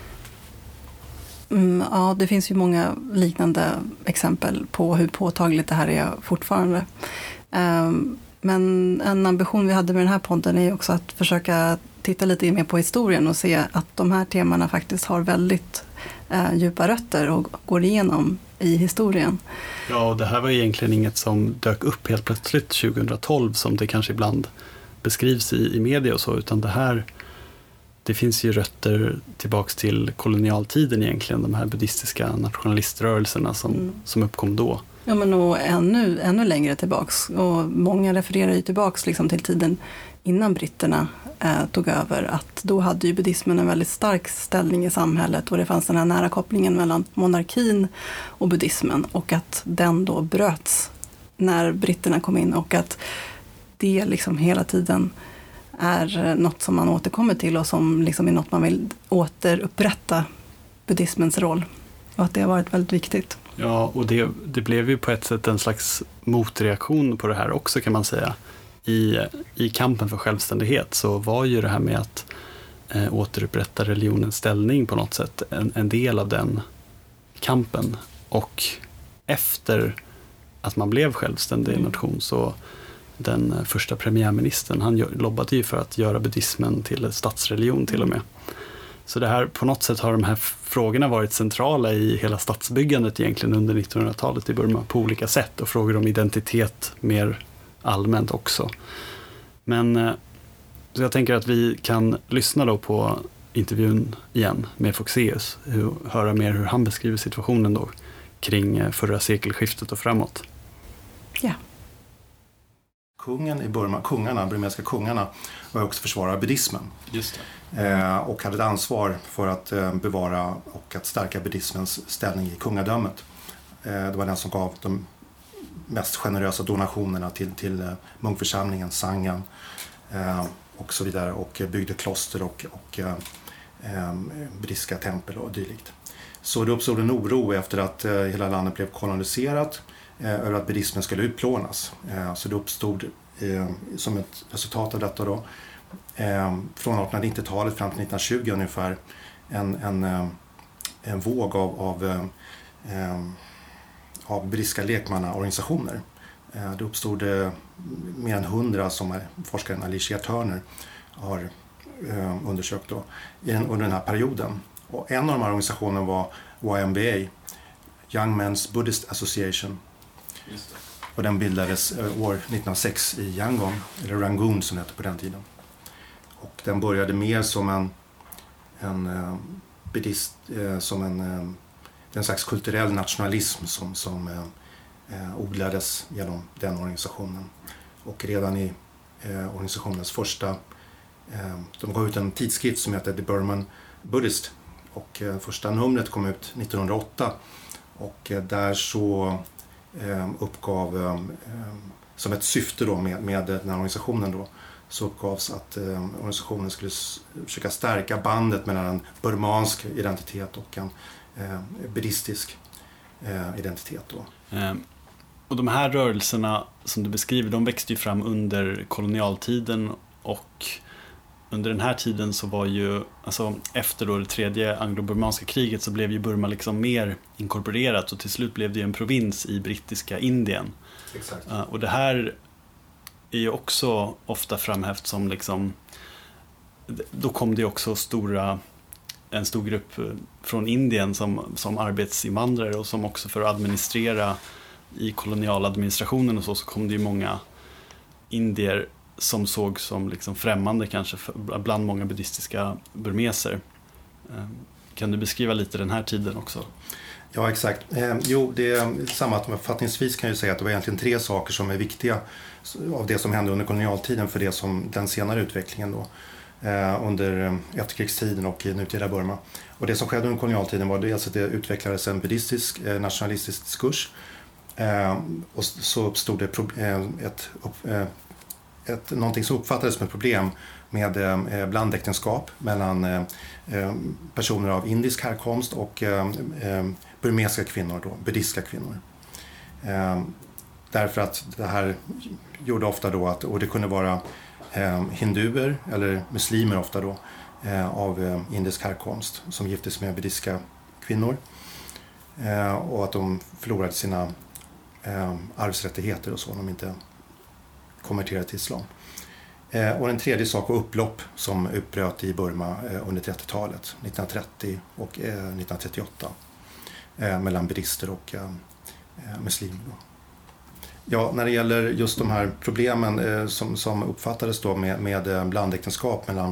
Mm, ja, det finns ju många liknande exempel på hur påtagligt det här är fortfarande. Um, men en ambition vi hade med den här podden är också att försöka titta lite mer på historien och se att de här temana faktiskt har väldigt uh, djupa rötter och går igenom i historien. Ja, och det här var egentligen inget som dök upp helt plötsligt tjugohundratolv som det kanske ibland beskrivs i, i media och så, utan det här, det finns ju rötter tillbaks till kolonialtiden egentligen, de här buddhistiska nationaliströrelserna som, mm. som uppkom då. Ja, men och ännu, ännu längre tillbaks, och många refererar ju tillbaks liksom till tiden innan britterna eh, tog över, att då hade ju buddhismen en väldigt stark ställning i samhället, och det fanns den här nära kopplingen mellan monarkin och buddhismen, och att den då bröts när britterna kom in, och att det liksom hela tiden är något som man återkommer till och som liksom är något man vill återupprätta buddhismens roll, och att det har varit väldigt viktigt. Ja, och det, det blev ju på ett sätt en slags motreaktion på det här också, kan man säga. I, i kampen för självständighet så var ju det här med att eh, återupprätta religionens ställning på något sätt en, en del av den kampen. Och efter att man blev självständig mm. nation, så den första premiärministern, han lobbade ju för att göra buddhismen till statsreligion till och med. Så det här, på något sätt har de här frågorna varit centrala i hela statsbyggandet egentligen under nittonhundratalet i Burma på olika sätt, och frågor om identitet mer allmänt också. Men så jag tänker att vi kan lyssna då på intervjun igen med Foxeus, höra mer hur han beskriver situationen då kring förra sekelskiftet och framåt. Ja. Kungen i Burma, kungarna, burmesiska kungarna, var också försvarare av buddhismen. Just det. Eh, och hade ett ansvar för att eh, bevara och att stärka buddhismens ställning i kungadömet. Eh, det var den som gav de mest generösa donationerna till, till eh, munkförsamlingen, sangan eh, och så vidare, och byggde kloster och, och eh, eh, buddhistiska tempel och dylikt. Så det uppstod en oro efter att eh, hela landet blev koloniserat eh, över att buddhismen skulle utplånas. Eh, så det uppstod eh, som ett resultat av detta då, eh, från artonhundranittiotalet fram till nittonhundratjugo ungefär en, en, eh, en våg av, av, eh, av buddhistiska lekmannaorganisationer. Eh, det uppstod eh, mer än hundra som forskaren Alicia Turner har eh, undersökt då, i den, under den här perioden. Och en av de här organisationerna var Y M B A, Young Men's Buddhist Association. Just det. Och den bildades år nittonhundrasex i Yangon, eller Rangoon som det hette på den tiden. Och den började mer som en, en uh, buddhist, uh, som en, uh, en slags kulturell nationalism som, som eh, odlades genom den organisationen. Och redan i eh, organisationens första, eh, de gav ut en tidskrift som heter The Burman Buddhist. Och eh, första numret kom ut nittonhundraåtta. Och eh, där så eh, uppgav, eh, som ett syfte då med, med den här organisationen då, så uppgavs att eh, organisationen skulle s- försöka stärka bandet mellan en burmansk identitet och en eh, buddhistisk eh, identitet då. Mm. Och de här rörelserna som du beskriver, de växte ju fram under kolonialtiden, och under den här tiden så var ju, alltså efter då det tredje anglo-burmanska kriget, så blev ju Burma liksom mer inkorporerat, och till slut blev det ju en provins i brittiska Indien. Exakt. Uh, och det här är ju också ofta framhävt som liksom, då kom det också stora, en stor grupp från Indien som, som arbetsinvandrare, och som också för att administrera i kolonialadministrationen och så, så kom det ju många indier som såg som liksom främmande kanske för, bland många buddhistiska burmeser. Kan du beskriva lite den här tiden också? Ja, exakt. Eh, jo, det är sammanfattningsvis kan jag säga att det var egentligen tre saker som är viktiga av det som hände under kolonialtiden för det som den senare utvecklingen då, eh, under efterkrigstiden och i nutida Burma. Och det som skedde under kolonialtiden var dels att det utvecklades en buddhistisk eh, nationalistisk diskurs, eh, och så uppstod det pro- eh, ett, eh, ett, någonting som uppfattades som ett problem med eh, blandäktenskap mellan eh, personer av indisk härkomst och eh, burmesiska kvinnor, då, buddhistiska kvinnor. Eh, därför att det här gjorde ofta då att, och det kunde vara eh, hinduer eller muslimer ofta då, eh, av eh, indisk härkomst som giftes med buddhistiska kvinnor, eh, och att de förlorade sina eh, arvsrättigheter och så om de inte konverterade till islam. Eh, och den tredje sak var upplopp som utbröt i Burma eh, under trettiotalet, nittonhundratrettio och eh, nittonhundratrettioåtta, eh, mellan buddhister och eh, muslimer. Ja, när det gäller just de här problemen eh, som, som uppfattades då med, med blandäktenskap mellan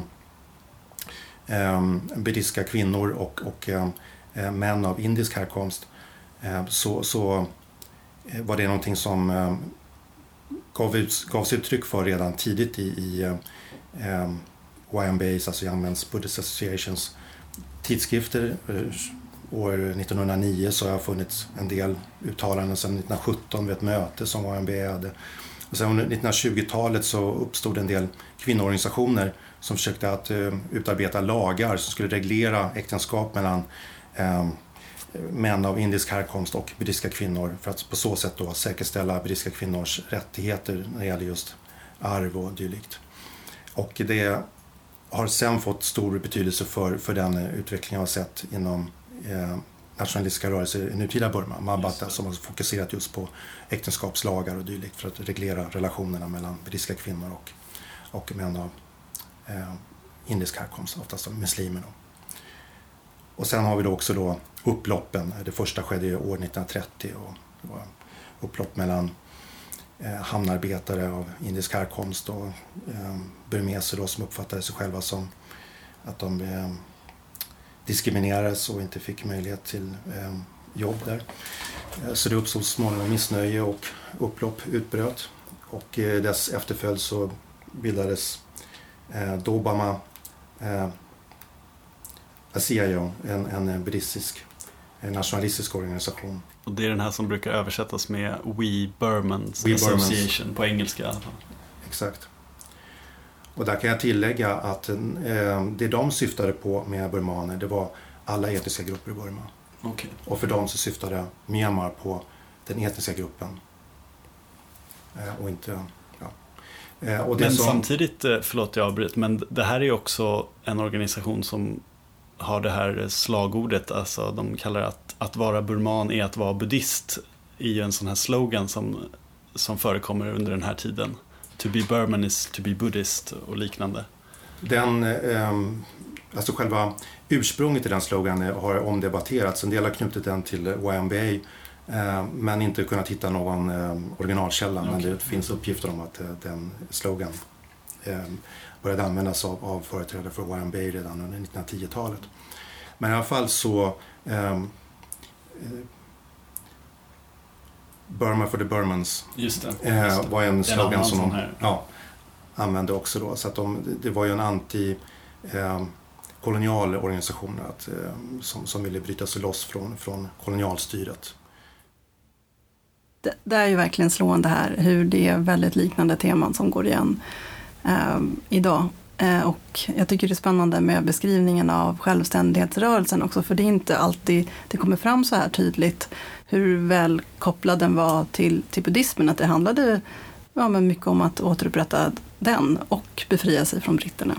eh, buddhistiska kvinnor och, och eh, män av indisk härkomst, eh, så, så eh, var det någonting som eh, gav ut, gavs uttryck för redan tidigt i, i eh, Y M B A:s, alltså Young Men's Buddhist Associations tidskrifter. År nittonhundranio så har jag funnits en del uttalanden sedan nittonhundrasjutton vid ett möte som Y M B A hade. Och sen under nittonhundratjugotalet så uppstod en del kvinnoorganisationer som försökte att uh, utarbeta lagar som skulle reglera äktenskap mellan uh, män av indisk härkomst och buddhistiska kvinnor för att på så sätt då säkerställa buddhistiska kvinnors rättigheter när det gäller just arv och dylikt. Och det har sen fått stor betydelse för, för den utvecklingen jag har sett inom eh, nationalistiska rörelser i nutida Burma, Mabata, som har fokuserat just på äktenskapslagar och dylikt för att reglera relationerna mellan buddhistiska kvinnor och, och män av eh, indisk härkomst, oftast muslimer då. Och sen har vi då också då upploppen. Det första skedde ju år nittonhundratrettio och det var upplopp mellan eh, hamnarbetare av indisk härkomst och eh, burmeser då, som uppfattade sig själva som att de eh, diskriminerades och inte fick möjlighet till eh, jobb där. Eh, så det uppstod småningom missnöje och upplopp utbröt. Och eh, dess efterföljd så bildades eh, Dobama eh, Asiayo, en, en buddhistisk en nationalistisk organisation. Och det är den här som brukar översättas med We Burmans We Association Burmans. På engelska i alla fall. Exakt. Och där kan jag tillägga att eh, det de syftade på med burmaner, det var alla etniska grupper i Burma. Okay. Och för dem så syftade Myanmar på den etniska gruppen. Eh, och inte... Ja. Eh, och det men som... samtidigt, förlåt jag avbryter, men det här är ju också en organisation som har det här slagordet, alltså de kallar att att vara burman är att vara buddhist, är ju en sån här slogan som, som förekommer under den här tiden. To be Burman is to be Buddhist och liknande. Den, eh, alltså själva ursprunget i den sloganen har omdebatterats. En del har knutit den till Y M B A, eh, men inte kunnat hitta någon eh, originalkälla. Okay. Men det finns uppgifter om att eh, den slogan eh, började användas av, av företrädare för Y M B A redan under nittonhundratiotalet. Men i alla fall så eh, Burma for the Burmans. Just det. Eh, Just det. var en slogan som de ja, använde också då. Så att de, det var ju en anti eh, kolonial organisation att, eh, som, som ville bryta sig loss från, från kolonialstyret. Det, det är ju verkligen slående här hur det är väldigt liknande teman som går igen eh, idag. Eh, och jag tycker det är spännande med beskrivningen av självständighetsrörelsen också, för det är inte alltid det kommer fram så här tydligt hur väl kopplad den var till, till buddhismen, att det handlade ja, men mycket om att återupprätta den och befria sig från britterna.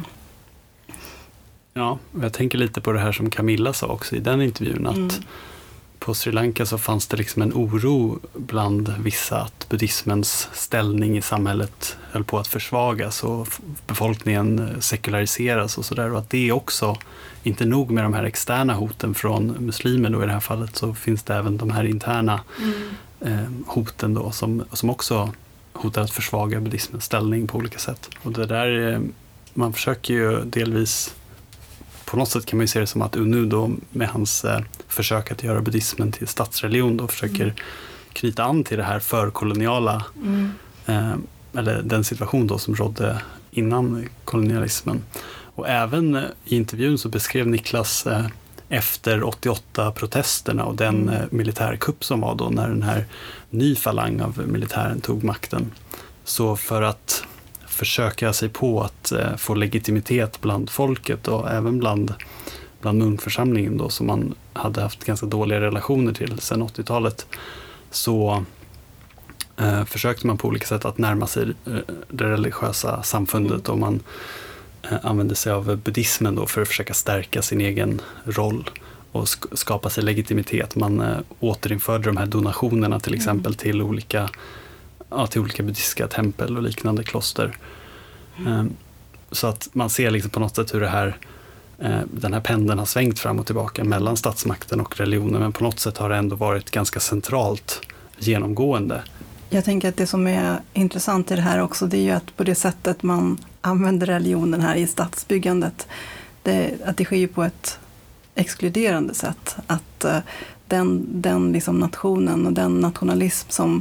Ja, jag tänker lite på det här som Camilla sa också i den intervjun, att mm. på Sri Lanka så fanns det liksom en oro bland vissa att buddhismens ställning i samhället höll på att försvagas och befolkningen sekulariseras och sådär, och att det också, inte nog med de här externa hoten från muslimer då i det här fallet, så finns det även de här interna mm. eh, hoten då som, som också hotar att försvaga buddhismens ställning på olika sätt. Och det där, eh, man försöker ju delvis, på något sätt kan man ju se det som att U N U då med hans eh, försök att göra buddhismen till statsreligion då försöker mm. knyta an till det här förkoloniala mm. eh, eller den situation då som rådde innan kolonialismen. Och även eh, i intervjun så beskrev Niklas eh, efter åttioåtta-protesterna och den mm. eh, militärkupp som var då när den här ny falang av militären tog makten. Så för att försöka sig på att eh, få legitimitet bland folket och även bland, bland munkförsamlingen då, som man hade haft ganska dåliga relationer till sedan åttiotalet, så eh, försökte man på olika sätt att närma sig eh, det religiösa samfundet, och man eh, använde sig av buddhismen då för att försöka stärka sin egen roll och sk- skapa sig legitimitet. Man eh, återinförde de här donationerna till exempel mm. till olika Ja, till olika buddhistiska tempel och liknande kloster. Mm. Så att man ser liksom på något sätt hur det här, den här pendeln har svängt fram och tillbaka mellan statsmakten och religionen, men på något sätt har det ändå varit ganska centralt genomgående. Jag tänker att det som är intressant i det här också, det är ju att på det sättet man använder religionen här i statsbyggandet, det, att det sker ju på ett exkluderande sätt. Att den, den liksom nationen och den nationalism som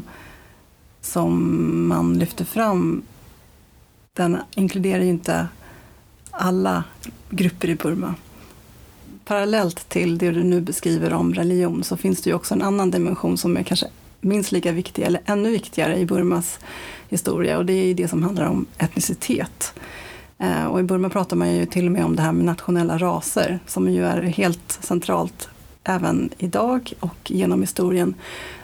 som man lyfter fram, den inkluderar ju inte alla grupper i Burma. Parallellt till det du nu beskriver om religion så finns det ju också en annan dimension som är kanske minst lika viktig eller ännu viktigare i Burmas historia, och det är det som handlar om etnicitet. Och i Burma pratar man ju till och med om det här med nationella raser som ju är helt centralt även idag och genom historien.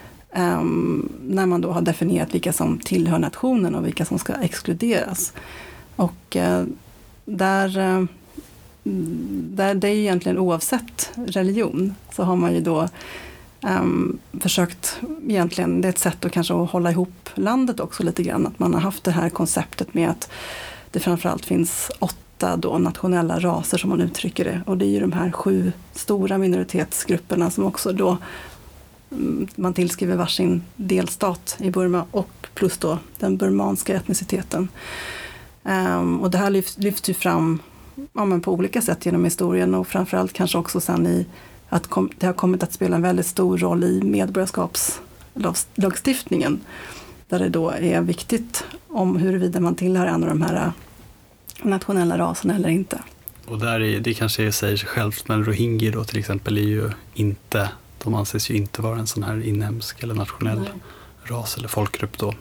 Um, när man då har definierat vilka som tillhör nationen och vilka som ska exkluderas. Och uh, där, uh, där det är egentligen oavsett religion så har man ju då um, försökt egentligen, det är ett sätt att kanske hålla ihop landet också lite grann, att man har haft det här konceptet med att det framförallt finns åtta då nationella raser som man uttrycker det, och det är ju de här sju stora minoritetsgrupperna som också då man tillskriver varsin delstat i Burma och plus då den burmanska etniciteten. Um, och det här lyfts, lyfts ju fram ja, men på olika sätt genom historien, och framförallt kanske också sen i att kom, det har kommit att spela en väldigt stor roll i medborgarskapslagstiftningen, där det då är viktigt om huruvida man tillhör en av de här nationella raserna eller inte. Och där är, det kanske säger sig självt, men rohingya då till exempel är ju inte, de anses ju inte vara en sån här inhemsk eller nationell Nej. ras eller folkgrupp då.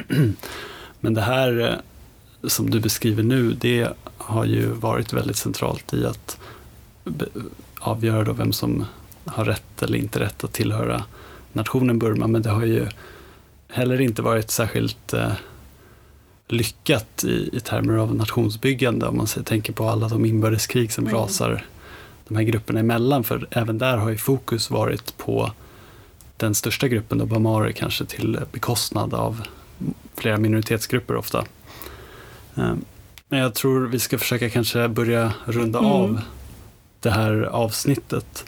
Men det här som du beskriver nu, det har ju varit väldigt centralt i att avgöra då vem som har rätt eller inte rätt att tillhöra nationen Burma, men det har ju heller inte varit särskilt eh, lyckat i, i termer av nationsbyggande, om man tänker på alla de inbördeskrig som mm. rasar de här grupperna emellan, för även där har ju fokus varit på den största gruppen, då bamarer, kanske till bekostnad av flera minoritetsgrupper ofta. Men jag tror vi ska försöka kanske börja runda mm. av det här avsnittet.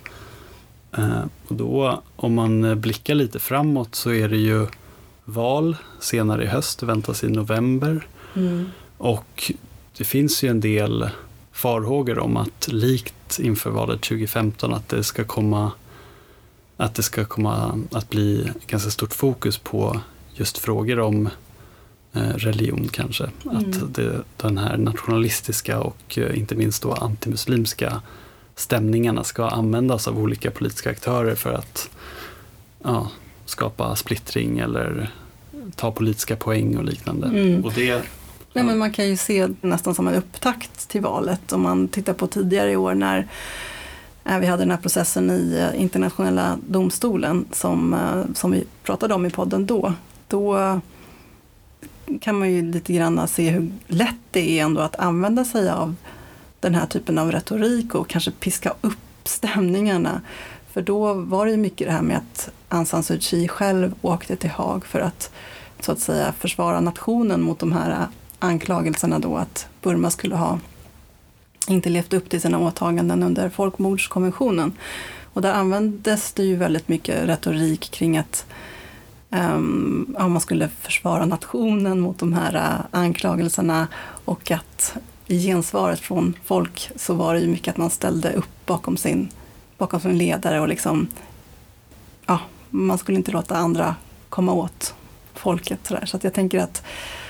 Och då, om man blickar lite framåt, så är det ju val senare i höst, det väntas i november. Mm. Och det finns ju en del farhågor om att likt inför valet tjugo femton att det ska komma att det ska komma att bli ganska stort fokus på just frågor om eh, religion kanske. Mm. Att det, den här nationalistiska och eh, inte minst då antimuslimska stämningarna ska användas av olika politiska aktörer för att ja, skapa splittring eller ta politiska poäng och liknande. Mm. Och det, ja. Nej, men man kan ju se nästan som en upptakt till valet om man tittar på tidigare i år när vi hade den här processen i internationella domstolen som, som vi pratade om i podden då. Då kan man ju lite grann se hur lätt det är ändå att använda sig av den här typen av retorik och kanske piska upp stämningarna. För då var det ju mycket det här med att Aung San Suu Kyi själv åkte till Haag för att så att säga försvara nationen mot de här anklagelserna då att Burma skulle ha inte levt upp till sina åtaganden under folkmordskonventionen. Och där användes det ju väldigt mycket retorik kring att um, ja, man skulle försvara nationen mot de här anklagelserna och att i gensvaret från folk så var det ju mycket att man ställde upp bakom sin, bakom sin ledare och liksom ja, man skulle inte låta andra komma åt folket. Så, där. Så att jag tänker att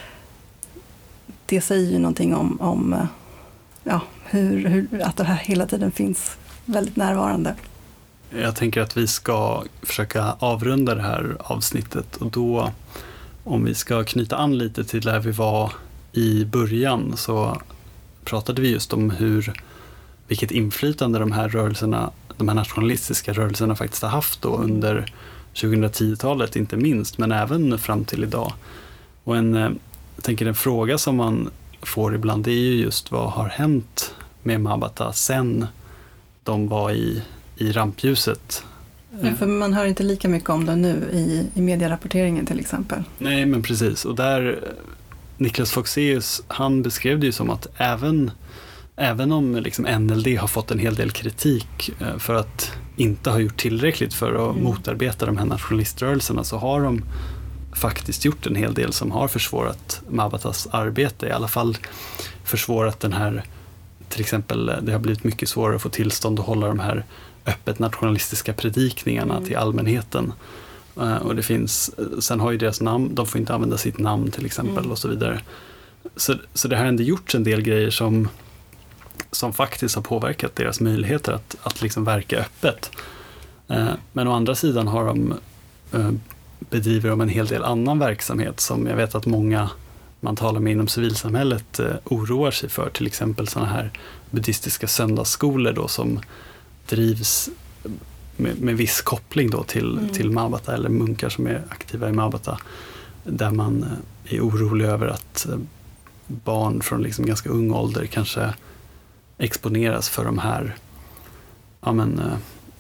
det säger ju någonting om, om ja, hur, hur, att det här hela tiden finns väldigt närvarande. Jag tänker att vi ska försöka avrunda det här avsnittet och då om vi ska knyta an lite till där vi var i början så pratade vi just om hur vilket inflytande de här rörelserna, de här nationalistiska rörelserna faktiskt har haft då under tjugohundratio-talet inte minst, men även fram till idag. Och en, jag tänker en fråga som man får ibland är ju just vad har hänt med Mabata sen de var i, i rampljuset. Ja, för man hör inte lika mycket om det nu i, i medierapporteringen till exempel. Nej, men precis. Och där Niklas Foxeus, han beskrev det ju som att även, även om liksom N L D har fått en hel del kritik för att inte ha gjort tillräckligt för att mm. motarbeta de här nationaliströrelserna så har de faktiskt gjort en hel del som har försvårat Mabatas arbete. I alla fall försvårat den här, till exempel det har blivit mycket svårare att få tillstånd att hålla de här öppet nationalistiska predikningarna mm. till allmänheten. Uh, och det finns, sen har ju deras namn, de får inte använda sitt namn till exempel mm. och så vidare. Så, så det har ändå gjorts en del grejer som, som faktiskt har påverkat deras möjligheter att, att liksom verka öppet. Uh, men å andra sidan har de uh, bedriver de en hel del annan verksamhet som jag vet att många man talar med inom civilsamhället eh, oroar sig för. Till exempel sådana här buddhistiska söndagsskolor då som drivs med, med viss koppling då till, mm. till Mabata eller munkar som är aktiva i Mabata. Där man eh, är orolig över att eh, barn från liksom ganska ung ålder kanske exponeras för de här ja, men, eh,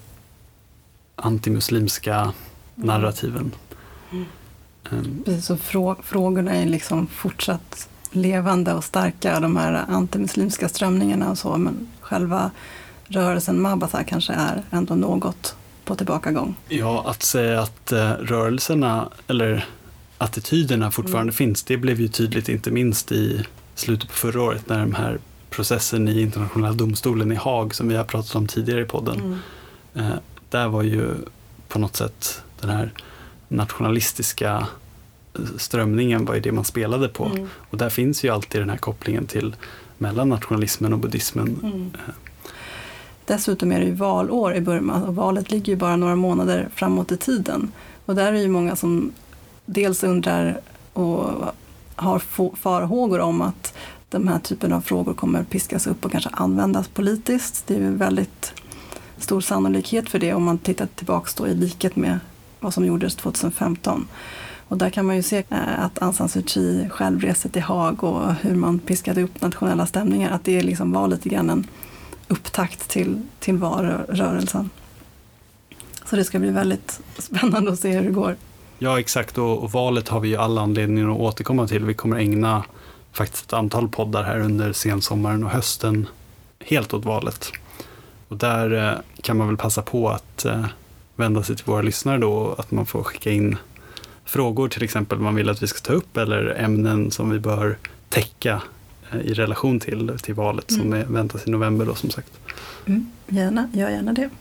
antimuslimska narrativen. Mm. Precis, så frå- frågorna är liksom fortsatt levande och starka, de här antimuslimska strömningarna och så, men själva rörelsen Mabata kanske är ändå något på tillbakagång. Ja, att säga att eh, rörelserna eller attityderna fortfarande mm. finns, det blev ju tydligt inte minst i slutet på förra året när den här processen i internationella domstolen i Haag som vi har pratat om tidigare i podden, mm. eh, där var ju på något sätt den här nationalistiska strömningen var ju det man spelade på. Mm. Och där finns ju alltid den här kopplingen till mellan nationalismen och buddhismen. Mm. Dessutom är det ju valår i Burma och valet ligger ju bara några månader framåt i tiden. Och där är ju många som dels undrar och har farhågor om att de här typen av frågor kommer piskas upp och kanske användas politiskt. Det är ju väldigt stor sannolikhet för det om man tittar tillbaka då i likhet med vad som gjordes tjugohundrafemton. Och där kan man ju se att Aung San Suu Kyi själv reser till Haag och hur man piskade upp nationella stämningar. Att det liksom var lite grann en upptakt till, till valrörelsen. Så det ska bli väldigt spännande att se hur det går. Ja, exakt. Och, och valet har vi ju alla anledningar att återkomma till. Vi kommer ägna faktiskt ett antal poddar här under sensommaren och hösten helt åt valet. Och där eh, kan man väl passa på att eh, vända sig till våra lyssnare då, att man får skicka in frågor till exempel man vill att vi ska ta upp eller ämnen som vi bör täcka eh, i relation till, till valet mm. som är, väntas i november då som sagt. Mm, gärna, gör gärna det.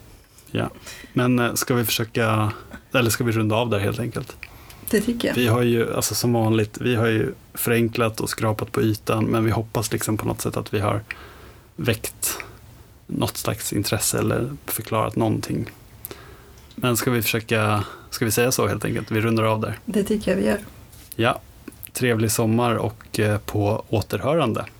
Ja, men ska vi försöka, eller ska vi runda av där helt enkelt? Det tycker jag. Vi har ju, alltså som vanligt, vi har ju förenklat och skrapat på ytan, men vi hoppas liksom på något sätt att vi har väckt något slags intresse eller förklarat någonting. Men ska vi försöka, ska vi säga så helt enkelt? Vi rundar av där. Det tycker jag vi gör. Ja, trevlig sommar och på återhörande.